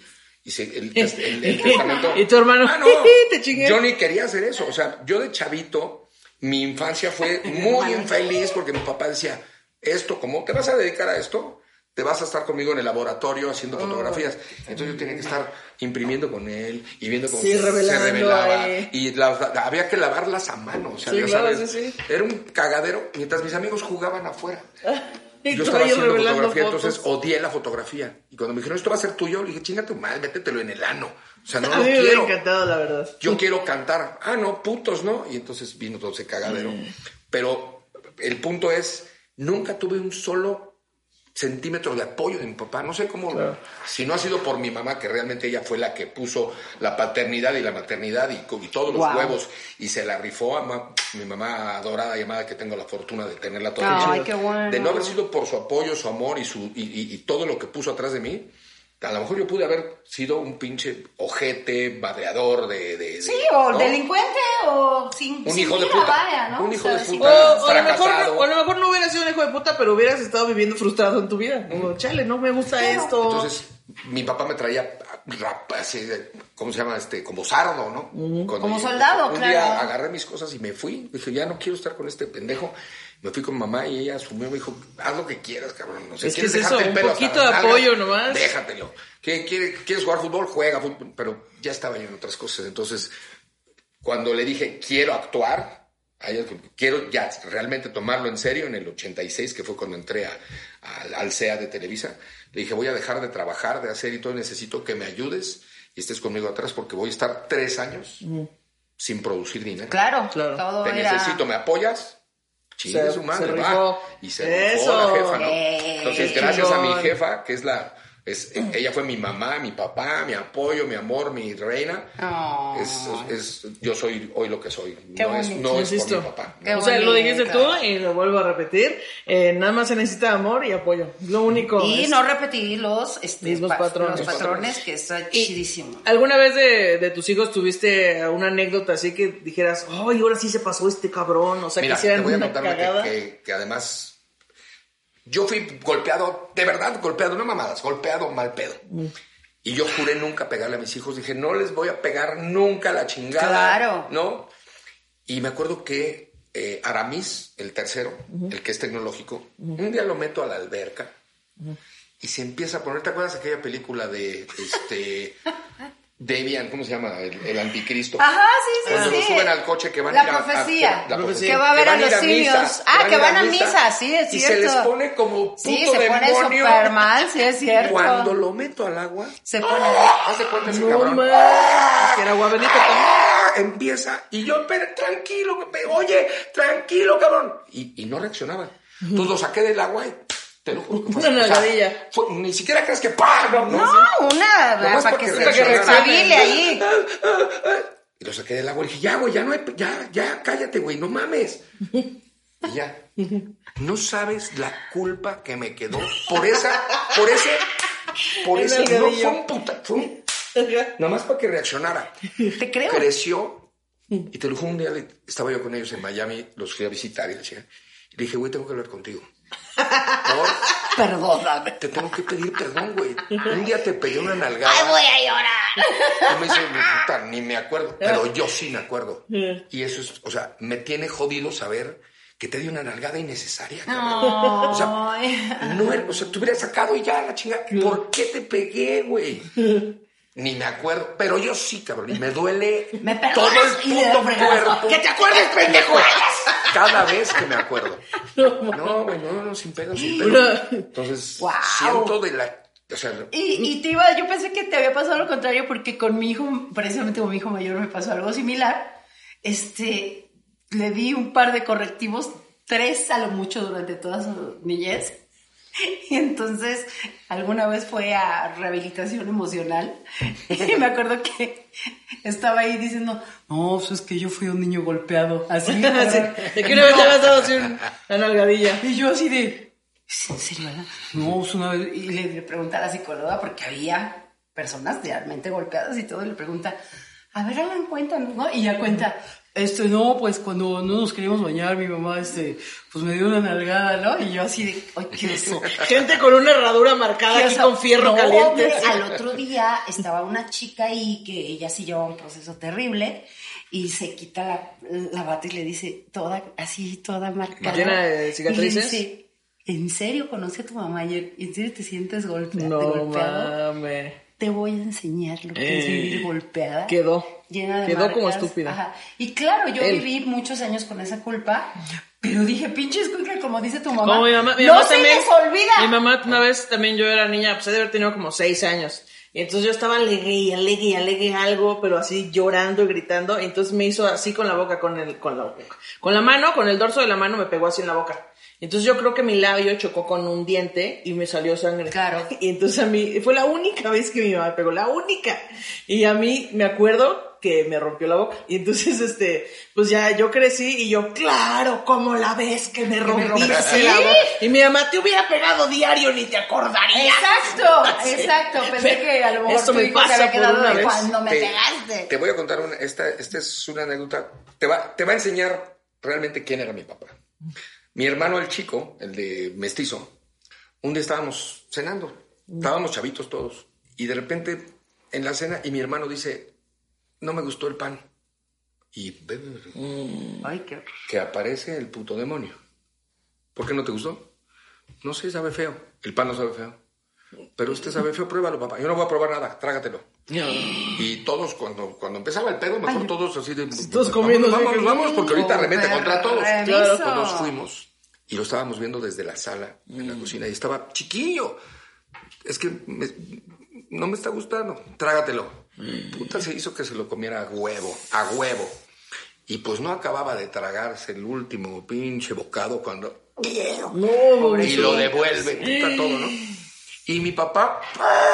testamento.
Y tu hermano,
no,
te chingué.
yo ni quería hacer eso. O sea, yo de chavito, mi infancia fue muy infeliz porque mi papá decía, ¿cómo te vas a dedicar a esto? Te vas a estar conmigo en el laboratorio haciendo fotografías. Entonces yo tenía que estar imprimiendo con él y viendo cómo se revelaba. Y había que lavarlas a mano. O sea, ya sabes, sí. Era un cagadero mientras mis amigos jugaban afuera. Yo estaba haciendo fotografía, entonces odié la fotografía. Y cuando me dijeron, esto va a ser tuyo, le dije, chingate mal, métetelo en el ano. O sea, no lo quiero.
Me hubiera encantado, la verdad.
Yo quiero cantar. No, putos, ¿no? Y entonces vino todo ese cagadero. Pero el punto es, nunca tuve un solo centímetro de apoyo de mi papá. No sé cómo, si no ha sido por mi mamá, que realmente ella fue la que puso la paternidad y la maternidad y todos los huevos y se la rifó a mi mamá adorada y amada, que tengo la fortuna de tenerla todavía.
Ay, qué bueno.
De no haber sido por su apoyo, su amor y todo lo que puso atrás de mí, a lo mejor yo pude haber sido un pinche ojete, madreador
sí, o ¿no? Delincuente, o
un hijo de puta.
Vaya, ¿no?
Un hijo de puta fracasado.
O a lo mejor no hubieras sido un hijo de puta, pero hubieras estado viviendo frustrado en tu vida. Como, chale, no me gusta esto.
Entonces, mi papá me traía así, ¿cómo se llama? Como sardo, ¿no?
Como soldado,
un día agarré mis cosas y me fui. Dije, ya no quiero estar con este pendejo. Me fui con mamá y ella asumió, me dijo, haz lo que quieras, cabrón. No sé,
es que
¿quieres
es
dejarte
eso,
el pelo
un poquito de apoyo nomás.
Déjatelo. ¿Quieres jugar fútbol? Juega fútbol. Pero ya estaba yo en otras cosas. Entonces, cuando le dije, quiero actuar, quiero ya realmente tomarlo en serio, en el 86, que fue cuando entré al CEA de Televisa, le dije, voy a dejar de trabajar, de hacer y todo, necesito que me ayudes y estés conmigo atrás porque voy a estar 3 años sin producir dinero.
Claro.
Todo necesito, ¿me apoyas? Chingue su madre, va. Y se rifó la jefa, ¿no? Entonces, gracias a mi jefa, que ella fue mi mamá, mi papá, mi apoyo, mi amor, mi reina. Yo soy hoy lo que soy. No es por mi papá.
¿No? O sea, lo dijiste tú y lo vuelvo a repetir. Nada más se necesita amor y apoyo. Lo único.
Y no repetir los
mismos patrones.
Los patrones, que está chidísimo.
¿Alguna vez de tus hijos tuviste una anécdota así que dijeras, ay, ahora sí se pasó este cabrón? O sea,
mira,
que hicieran
te voy a
una cagada.
Que además yo fui golpeado, de verdad golpeado, no mamadas, golpeado mal pedo. Y yo juré nunca pegarle a mis hijos. Dije, no les voy a pegar nunca la chingada.
Claro.
¿No? Y me acuerdo que Aramis, el tercero, el que es tecnológico, un día lo meto a la alberca y se empieza a poner, ¿te acuerdas de aquella película de Debian, ¿cómo se llama? El anticristo.
Ajá, sí.
Cuando lo suben al coche que van
la
a ir
profecía.
La profecía.
Que va a ver a los simios. Que van a misa, sí, es cierto.
Y se les pone como puto demonio.
Sí, se pone súper mal, sí, es cierto.
Cuando lo meto al agua,
se pone...
Hace cuenta ese cabrón.
Que era agua bendita también.
Empieza, y yo, pero tranquilo, oye, tranquilo, cabrón. Y no reaccionaba. Entonces lo saqué del agua y te lo juro que fue
Una
así. O sea,
nalgadilla.
ni siquiera crees que ¡pam! No,
Una,
Nomás
para
para
que
que
se
reaccionara.
espabile ahí.
Y lo saqué del agua y dije, ya, güey, ya no hay, ya, cállate, güey, no mames. Y ya. No sabes la culpa que me quedó por ese, no fue un puta, fue un, nada más para que reaccionara.
Te creo.
Creció, y te lo juro, un día estaba yo con ellos en Miami, los fui a visitar y le dije, güey, tengo que hablar contigo.
Perdóname.
Te tengo que pedir perdón, güey. Un día te pegué una nalgada.
¡Ay, voy a llorar!
Y me dice, puta, ni me acuerdo, pero yo sí me acuerdo. Y eso es, o sea, me tiene jodido saber que te di una nalgada innecesaria, cabrón. O sea, no era, o sea, te hubiera sacado y ya la chingada. ¿Por qué te pegué, güey? Ni me acuerdo, pero yo sí, cabrón, y me duele
¿Me perdonas?
todo el
Y le
puto
fregas.
cuerpo.
¡Que te acuerdes, pendejo!
Cada vez que me acuerdo. No, güey, no, sin pedo, sin pedo. Entonces,
Wow.
siento de la, o sea,
Y yo pensé que te había pasado lo contrario porque con mi hijo, precisamente con mi hijo mayor me pasó algo similar. Le di un par de correctivos, 3 a lo mucho durante toda su niñez. Y entonces alguna vez fue a rehabilitación emocional y me acuerdo que estaba ahí diciendo, no, pues es que yo fui un niño golpeado, así.
De que una vez te habías dado así una nalgadilla.
Y yo así de, ¿es en serio, verdad? No, pues una vez, y le pregunté a la psicóloga, porque había personas realmente golpeadas y todo, y le pregunta, a ver, hagan cuenta, ¿no? Y ya cuenta, no, pues cuando no nos queríamos bañar, mi mamá, pues me dio una nalgada, ¿no? Y yo así de, ay, qué oso.
Gente con una herradura marcada
Qué
aquí
oso.
con fierro
No,
caliente.
hombre, al otro día estaba una chica ahí que ella sí llevaba un proceso terrible y se quita la bata y le dice, toda marcada.
¿Llena de cicatrices?
Y le dice, ¿en serio conocí a tu mamá ayer? ¿En serio te sientes
No
golpeado?
mames.
Te voy a enseñar lo que es vivir golpeada.
Quedó.
Llena de
Quedó
marcas.
como estúpida.
Ajá. Y claro, yo
Él.
viví muchos años con esa culpa, pero dije, pinche escuincle, como dice tu mamá.
Como mi mamá
no se
también,
les olvida.
Mi mamá una vez también, yo era niña, pues he de haber tenido como 6 años. Y entonces yo estaba alegue algo, pero así llorando y gritando. Y entonces me hizo así con la boca, con la mano, con el dorso de la mano me pegó así en la boca. Entonces yo creo que mi labio chocó con un diente y me salió sangre.
Claro.
Y entonces a mí, fue la única vez que mi mamá me pegó, la única. Y a mí me acuerdo que me rompió la boca. Y entonces, pues ya yo crecí y yo, claro, ¿cómo la ves que me rompiste la boca? Y mi mamá, te hubiera pegado diario, ni te acordarías.
Exacto. Pensé que a lo mejor
Esto
tu
me
hijo se
pasa
había
por
quedado
una
de
vez.
cuando me pegaste.
Te voy a contar esta es una anécdota. Te va a enseñar realmente quién era mi papá. Mi hermano, el chico, el de mestizo, un día estábamos cenando, estábamos chavitos todos, y de repente en la cena, y mi hermano dice, no me gustó el pan. Y
Ay, qué horror.
que aparece el puto demonio. ¿Por qué no te gustó? No sé, sabe feo. El pan no sabe feo. Pero usted sabe feo, pruébalo, papá. Yo no voy a probar nada, trágatelo. Y todos, cuando empezaba el pedo, mejor todos así de...
Todos comiendo.
Vamos, porque ahorita remete contra todos.
Permiso.
Todos fuimos. Y lo estábamos viendo desde la sala, en la cocina, y estaba chiquillo. Es que no me está gustando. Trágatelo. Puta, se hizo que se lo comiera a huevo. Y pues no acababa de tragarse el último pinche bocado cuando... y lo devuelve, puta, todo, ¿no? Y mi papá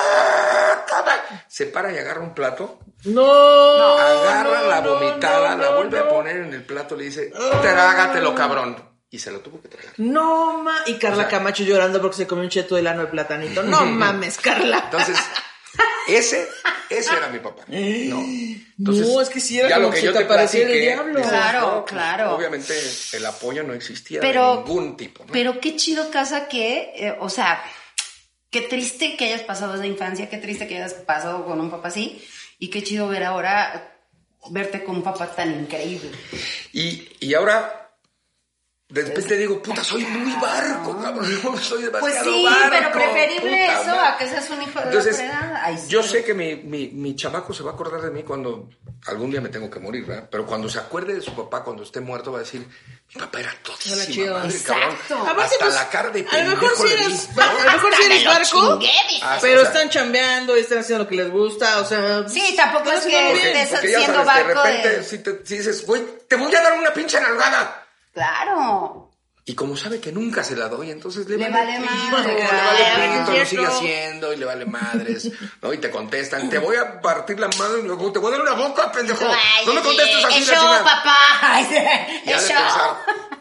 se para y agarra un plato, agarra la vomitada, la vuelve a poner en el plato, le dice, trágatelo, cabrón. Y se lo tuvo que tragar.
Y Carla Camacho llorando porque se comió un cheto de lano de platanito. No mames, Carla.
Entonces, ese era mi papá. No, entonces,
no, es que sí era
ya
como
lo que
si
yo
te
te
apareciera el
platiqué,
diablo.
dices,
Claro,
no,
claro.
Obviamente el apoyo no existía
Pero-
de ningún tipo, ¿no?
Pero qué chido, Casa, que, o sea, qué triste que hayas pasado esa infancia, qué triste que hayas pasado con un papá así, y qué chido ver ahora, verte con un papá tan increíble.
Y ahora, después te digo, puta, soy muy barco, cabrón. Soy demasiado
Pues sí,
barco,
pero preferible
puta
eso
madre.
a que seas un hijo de
Entonces,
la fregada. Ay, sí.
yo sé que mi chamaco se va a acordar de mí cuando algún día me tengo que morir, ¿verdad? Pero cuando se acuerde de su papá, cuando esté muerto, va a decir, mi papá era
Era
todísima
chido.
madre,
Exacto.
cabrón.
Aparte,
Hasta
pues,
la cara de
a lo mejor
pendejo
sí
le di,
eres,
¿no?
a lo mejor sí eres barco, pero
o sea,
están chambeando y están haciendo lo que les gusta, o sea...
Sí, tampoco es que estés
porque ya
siendo
sabes, de
barco
repente,
de...
si dices, güey, te voy a dar una pinche nalgada.
Claro.
Y como sabe que nunca se la doy, entonces le
Le
vale
vale
pito,
madre,
le
claro.
vale pito, lo
Es
sigue
cierto.
haciendo y le vale madres, ¿no? Y te contestan, te voy a partir la madre, te voy a dar una boca, pendejo. No me contestes así,
Eso,
la chingada.
papá.
Ya de
Eso.
pensar,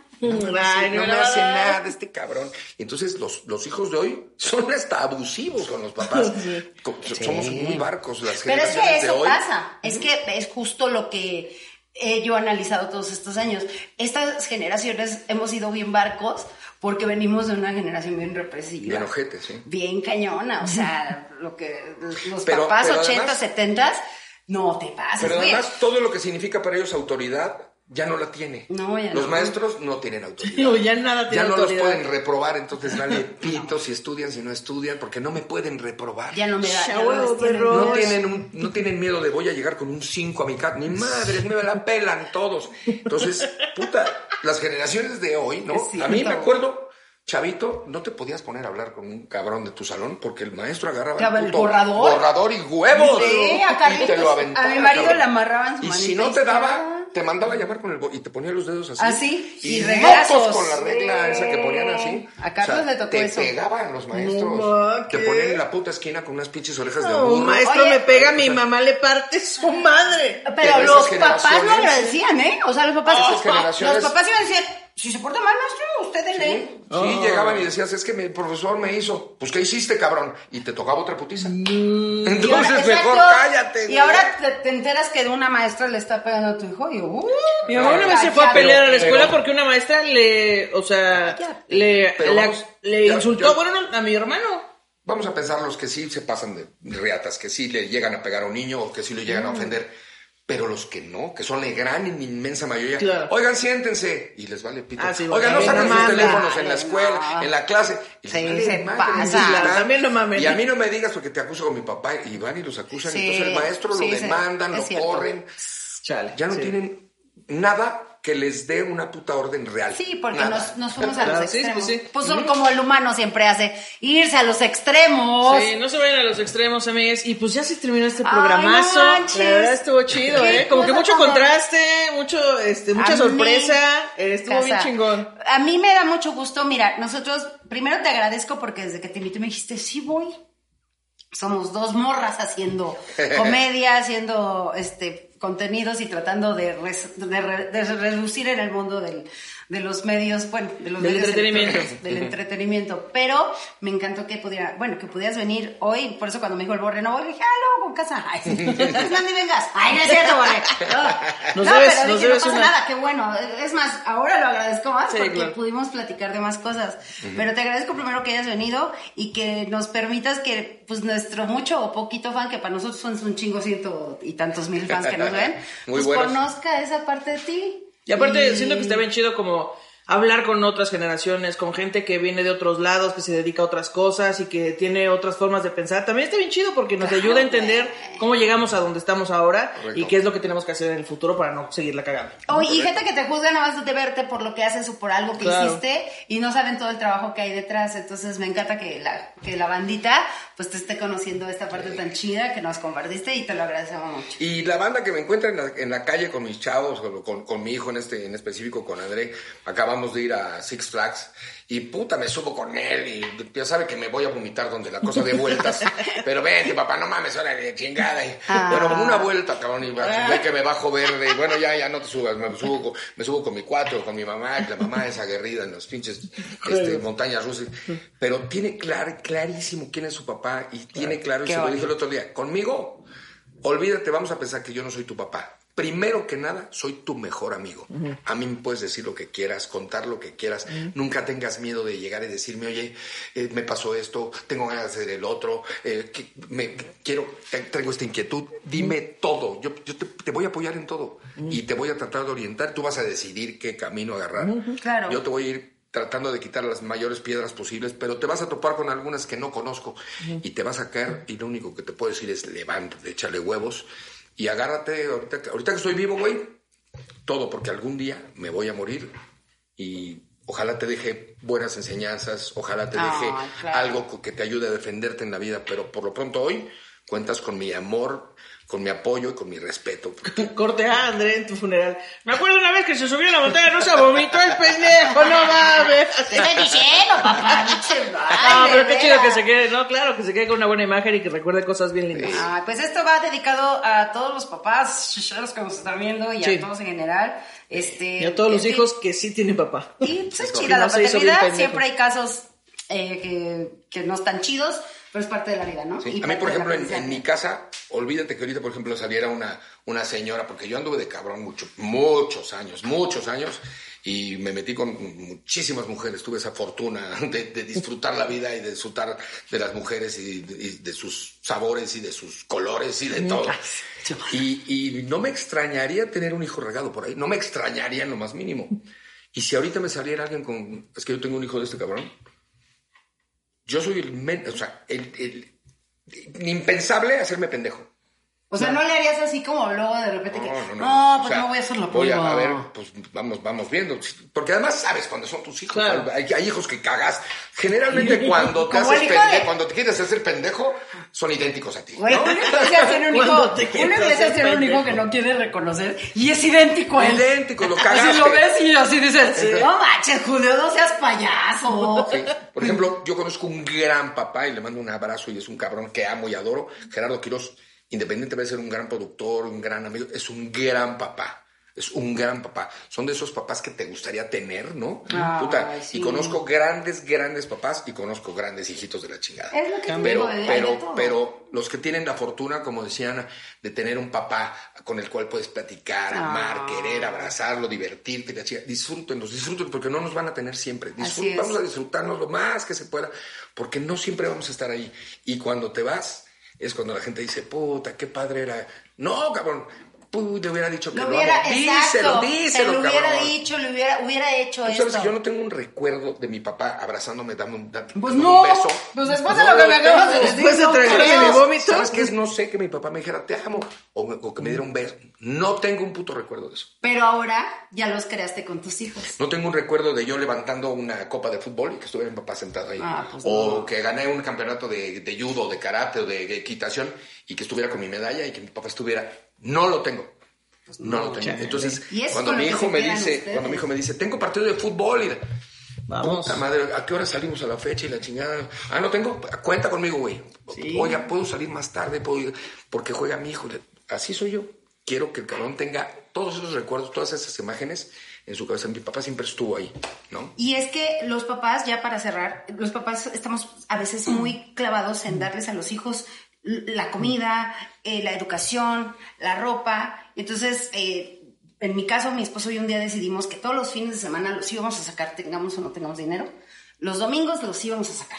Ay,
no
me
me
la va a
hace
dar.
nada este cabrón. Y entonces los hijos de hoy son hasta abusivos con los papás. Somos muy barcos las
Pero es
generaciones
que
de
eso
hoy.
pasa. Es que es justo lo que yo he analizado todos estos años. Estas generaciones hemos sido bien barcos porque venimos de una generación bien represiva.
Bien ojete, sí.
Bien cañona. O sea, lo que los
Pero
papás
además-
80, 70, no te pases,
Pero
güey.
además todo lo que significa para ellos autoridad ya no la tiene.
No, ya
los
no.
maestros no tienen autoridad.
No, ya nada
Ya
tiene
no
autoridad.
los pueden reprobar, entonces vale pito si estudian, si no estudian, porque no me pueden reprobar.
Ya no me da.
Ya,
ya no
huevo,
les tienen
perro.
miedo.
No tienen miedo de voy a llegar con un 5 a mi casa. Ni madres, me la pelan todos. Entonces, puta, las generaciones de hoy, ¿no?
Es
A mí me
cierto.
acuerdo, chavito, no te podías poner a hablar con un cabrón de tu salón porque el maestro agarraba
Claro, el
puto
borrador.
borrador y huevos.
Sí, a
y
Carlitos,
te lo aventaba.
a mi marido
cabrón.
le amarraban su
Y si
manita
no te daba,
izquierda.
te mandaba a llamar con el y te ponía los dedos así.
Así, y
mocos
reglazos.
con la regla esa que ponían así.
A Carlos le tocó
te
eso.
pegaban los maestros.
No,
te
¿qué?
ponían en la puta esquina con unas pinches orejas de
No,
burro.
un maestro
Oye,
me pega,
o
mi
sea,
mamá le parte su madre.
Pero
Pero
los
esas
papás no
generaciones-
agradecían, ¿eh? O sea, los papás,
Esas generaciones-
los papás iban a decir, si se porta mal, maestro, usted denle.
Sí, llegaban y decías, es que mi profesor me hizo. Pues, ¿qué hiciste, cabrón? Y te tocaba otra putiza.
Y
Entonces,
ahora-
mejor
exacto.
cállate.
Y
güey.
ahora te enteras que una maestra le está pegando a tu hijo y
Mi mamá una vez se fue a pelear a la escuela
pero-
porque una maestra le, o sea, le
ya,
insultó,
yo-
bueno, no, a mi hermano.
Vamos a pensar los que sí se pasan de riatas, que sí le llegan a pegar a un niño o que sí lo llegan a ofender. Pero los que no, que son la gran y inmensa mayoría,
Claro.
oigan, siéntense. Y les vale pito.
Ah, sí,
oigan, no
también
saquen
no
sus
mames.
teléfonos en la escuela,
No.
en la clase. Y les
Sí,
vale
se
madre,
pasa.
y están-
También no mames.
Y a mí no me digas porque te acuso con mi papá y van y los acusan.
Sí,
y entonces el maestro
sí,
lo
sí,
demandan,
es
lo
cierto.
corren.
Chale.
Ya no
sí.
tienen nada que les dé una puta orden real.
Sí, porque
Nada.
nos fuimos a
Claro,
los
sí,
extremos.
pues sí.
Pues son como el humano siempre hace, irse a los extremos.
Sí, no se vayan a los extremos, amigas. Y pues ya se terminó este
Ay,
programazo.
no manches.
La verdad estuvo chido,
Qué
Como que
cosa
mucho
tan-
contraste, mucha
A
sorpresa.
mí,
Estuvo bien
casa.
chingón.
A mí me da mucho gusto. Mira, nosotros, primero te agradezco porque desde que te invité me dijiste, sí voy. Somos dos morras haciendo comedia, haciendo contenidos y tratando de reducir en el mundo de los medios, bueno, de los
Del
medios
entretenimiento.
electrónicos, del entretenimiento. Pero me encantó que pudieras venir hoy. Por eso cuando me dijo el Borre, no voy, dije, ah, no, con casa. Ay, sí. Pues no, ni vengas. Ay, no es cierto, Borre. No,
Nos debes-
pero
nos
dije, no
debes
pasa
una.
nada, qué bueno. Es más, ahora lo agradezco más
Sí,
porque
claro.
pudimos platicar de más cosas. Pero te agradezco primero que hayas venido y que nos permitas que, pues, nuestro mucho o poquito fan, que para nosotros son un chingo, 100 y tantos mil fans que nos ven,
Muy
pues
buenos.
conozca esa parte de ti.
Y aparte, siento que está bien chido como hablar con otras generaciones, con gente que viene de otros lados, que se dedica a otras cosas y que tiene otras formas de pensar. También está bien chido porque nos ayuda a entender cómo llegamos a donde estamos ahora
Correcto.
y qué es lo que tenemos que hacer en el futuro para no seguirla cagando.
Y gente que te juzga nada más de verte por lo que haces o por algo que
Claro.
hiciste y no saben todo el trabajo que hay detrás. Entonces me encanta que la bandita pues te esté conociendo esta parte tan chida que nos compartiste y te lo agradecemos mucho.
Y la banda que me encuentra en la calle con mis chavos, con mi hijo en específico, con André, acabamos de ir a Six Flags y puta, me subo con él y ya sabe que me voy a vomitar donde la cosa de vueltas. Pero vente, papá, no mames, hora de chingada. Y, bueno, como una vuelta, cabrón, y ve que me bajo verde. Y bueno, ya no te subas, me subo con mi cuatro, con mi mamá, que la mamá es aguerrida en los pinches montañas rusas. Pero tiene clarísimo quién es su papá y tiene claro, y
Qué
se lo
bonito.
dije el otro día, conmigo, olvídate, vamos a pensar que yo no soy tu papá. Primero que nada, soy tu mejor amigo. A mí me puedes decir lo que quieras, contar lo que quieras. Nunca tengas miedo de llegar y decirme, oye, me pasó esto, tengo ganas de hacer el otro, traigo esta inquietud. Dime todo. Yo te voy a apoyar en todo y te voy a tratar de orientar. Tú vas a decidir qué camino agarrar.
Claro.
Yo te voy a ir tratando de quitar las mayores piedras posibles, pero te vas a topar con algunas que no conozco y te vas a caer y lo único que te puedo decir es levántate, échale huevos. Y agárrate, ahorita que estoy vivo, güey, todo, porque algún día me voy a morir y ojalá te deje buenas enseñanzas, ojalá te deje
claro.
algo que te ayude a defenderte en la vida, pero por lo pronto hoy cuentas con mi amor, con mi apoyo y con mi respeto.
Corte a André en tu funeral. Me acuerdo una vez que se subió a la montaña rusa, vomitó el pendejo, no mames.
¿Qué estás diciendo, papá?
No, pero qué chido que se quede, no, claro, que se quede con una buena imagen y que recuerde cosas bien lindas.
Ah, pues esto va dedicado a todos los papás, los que nos están viendo y a todos en general.
Y a todos los hijos que sí tienen papá.
Y pues es
Que
chida la
no se hizo bien
paternidad,
pendejo.
siempre hay casos que no están chidos, pero es parte de la vida, ¿no?
Sí.
Y
A mí, por
parte
ejemplo,
del aprendizaje.
en mi casa, olvídate que ahorita, por ejemplo, saliera una señora, porque yo anduve de cabrón muchos años, y me metí con muchísimas mujeres, tuve esa fortuna de disfrutar la vida y de disfrutar de las mujeres y de sus sabores y de sus colores y de todo. Y no me extrañaría tener un hijo regado por ahí, no me extrañaría en lo más mínimo. Y si ahorita me saliera alguien con, es que yo tengo un hijo de este cabrón, yo soy el impensable hacerme pendejo.
O sea, no le harías así como luego de repente que...
No,
pues
o sea,
no voy a hacer la
voy
prueba.
a ver, pues vamos viendo. Porque además sabes cuando son tus hijos.
Claro.
Hay hijos que cagas. Generalmente cuando te
Como
haces
el hijo de-
cuando te quieres hacer pendejo, son idénticos a ti.
Güey,
¿no?
uno empieza a tener un hijo,
Cuando te quieres
uno empieza a
hacer
tener un hijo
pendejo.
que no quiere reconocer y es idéntico a él.
Idéntico, lo cagaste.
Así lo ves y así dices, no manches, Julio, no seas payaso.
Sí. Por ejemplo, yo conozco un gran papá y le mando un abrazo y es un cabrón que amo y adoro, Gerardo Quirós. Independientemente de ser un gran productor, un gran amigo, es un gran papá. Es un gran papá. Son de esos papás que te gustaría tener, ¿no?
Ay,
Puta.
sí.
Y conozco grandes papás y conozco grandes hijitos de la chingada.
Es lo que te digo, hay de todo.
pero los que tienen la fortuna, como decían, de tener un papá con el cual puedes platicar, amar, querer, abrazarlo, divertirte, la chingada, disfrútenlos, porque no nos van a tener siempre.
Así es.
Vamos a disfrutarnos lo más que se pueda, porque no siempre vamos a estar ahí. Y cuando te vas, es cuando la gente dice, puta, qué padre era. No, cabrón. Le hubiera dicho que lo
hubiera,
amo.
exacto,
Díselo,
se lo hubiera
cabrón.
dicho, le hubiera hecho
Tú
esto.
sabes que yo no tengo un recuerdo de mi papá abrazándome, dándome
Pues
un
no,
beso.
pues después de lo que me acabas de decir.
Después de
no
tragarme
creo.
mi vómito.
¿Sabes qué es? No sé que mi papá me dijera, te amo, o que me diera un beso. No tengo un puto recuerdo de eso.
Pero ahora ya los creaste con tus hijos.
No tengo un recuerdo de yo levantando una copa de fútbol y que estuviera mi papá sentado ahí.
Pues
o
no.
que gané un campeonato de judo, de karate o de equitación y que estuviera con mi medalla y que mi papá estuviera. No lo tengo. No lo tengo. Entonces,
Y eso
cuando
con lo
mi
que
hijo
se
me
quedan
dice,
ustedes.
cuando mi hijo me dice, tengo partido de fútbol y
Vamos.
puta madre, ¿a qué hora salimos a la fecha y la chingada? Ah, no tengo, cuenta conmigo, güey.
Sí.
Oiga, puedo salir más tarde, puedo ir, porque juega mi hijo. Así soy yo. Quiero que el cabrón tenga todos esos recuerdos, todas esas imágenes en su cabeza. Mi papá siempre estuvo ahí, ¿no?
Y es que los papás, ya para cerrar, los papás estamos a veces muy clavados en darles a los hijos la comida, la educación, la ropa. Entonces, en mi caso, mi esposo y yo un día decidimos que todos los fines de semana los íbamos a sacar, tengamos o no tengamos dinero. Los domingos los íbamos a sacar.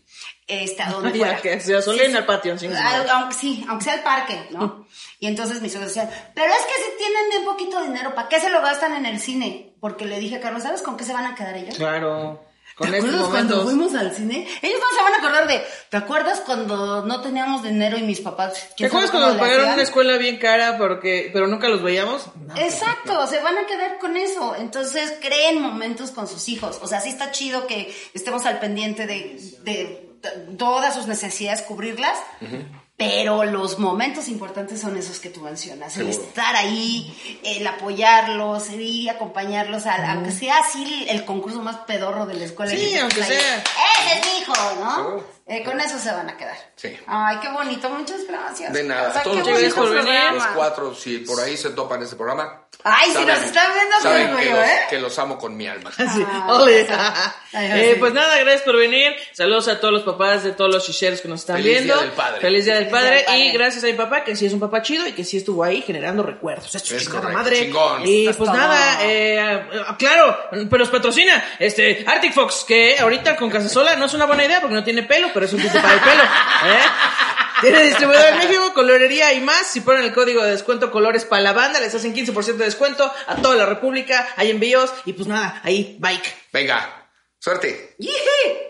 A donde
Ya,
fuera.
que se asolen al patio. sin desmadre.
Aunque sea el parque, ¿no? Y entonces mis hijos decían, pero es que si tienen bien poquito dinero, ¿para qué se lo gastan en el cine? Porque le dije a Carlos, ¿sabes con qué se van a quedar ellos?
Claro. Con
¿Te
estos
acuerdas cuando
momentos.
fuimos al cine? Ellos no se van a acordar de, ¿te acuerdas cuando no teníamos dinero y mis papás...
¿Te
quién
acuerdas
sabe
cuando
cómo
nos
le
pagaron
hacían?
una escuela bien cara pero nunca los veíamos?
Exacto, se van a quedar con eso. Entonces, creen momentos con sus hijos. O sea, sí está chido que estemos al pendiente de todas sus necesidades, cubrirlas. Pero los momentos importantes son esos que tú mencionas. El
Seguro.
estar ahí, el apoyarlos, el ir a acompañarlos, aunque sea así el concurso más pedorro de la escuela.
Sí,
que
aunque
ahí,
sea.
¡Ese es mi hijo! ¿no?
Seguro.
Con eso se van a quedar.
Sí.
Ay, qué bonito. Muchas gracias.
De nada.
O sea,
Todos
qué
ustedes
bonito
por venir.
programa.
Los cuatro, si por ahí se topan este programa.
Ay, si nos están viendo,
saben
pues,
que,
yo,
los,
¿eh?
que los amo con mi alma.
Sí.
Ah,
Ole.
Ay, sí.
Pues nada, gracias por venir. Saludos a todos los papás de todos los chicheros que nos están
Feliz
viendo.
Día del Padre.
Feliz Día del
Feliz
Padre.
Día del Padre.
Y gracias a mi papá, que sí es un papá chido y que sí estuvo ahí generando recuerdos. Es
Es
chingada
correcto,
madre.
chingón.
Y
Eso es
pues
todo.
nada, claro, pero nos patrocina Arctic Fox, que ahorita con Casasola no es una buena idea porque no tiene pelo, pero es un tipo para el pelo. Tiene distribuidor en México, colorería y más. Si ponen el código de descuento colores para la banda, les hacen 15% de descuento a toda la República. Hay envíos y pues nada, ahí, bike.
Venga, suerte.
¡Yee!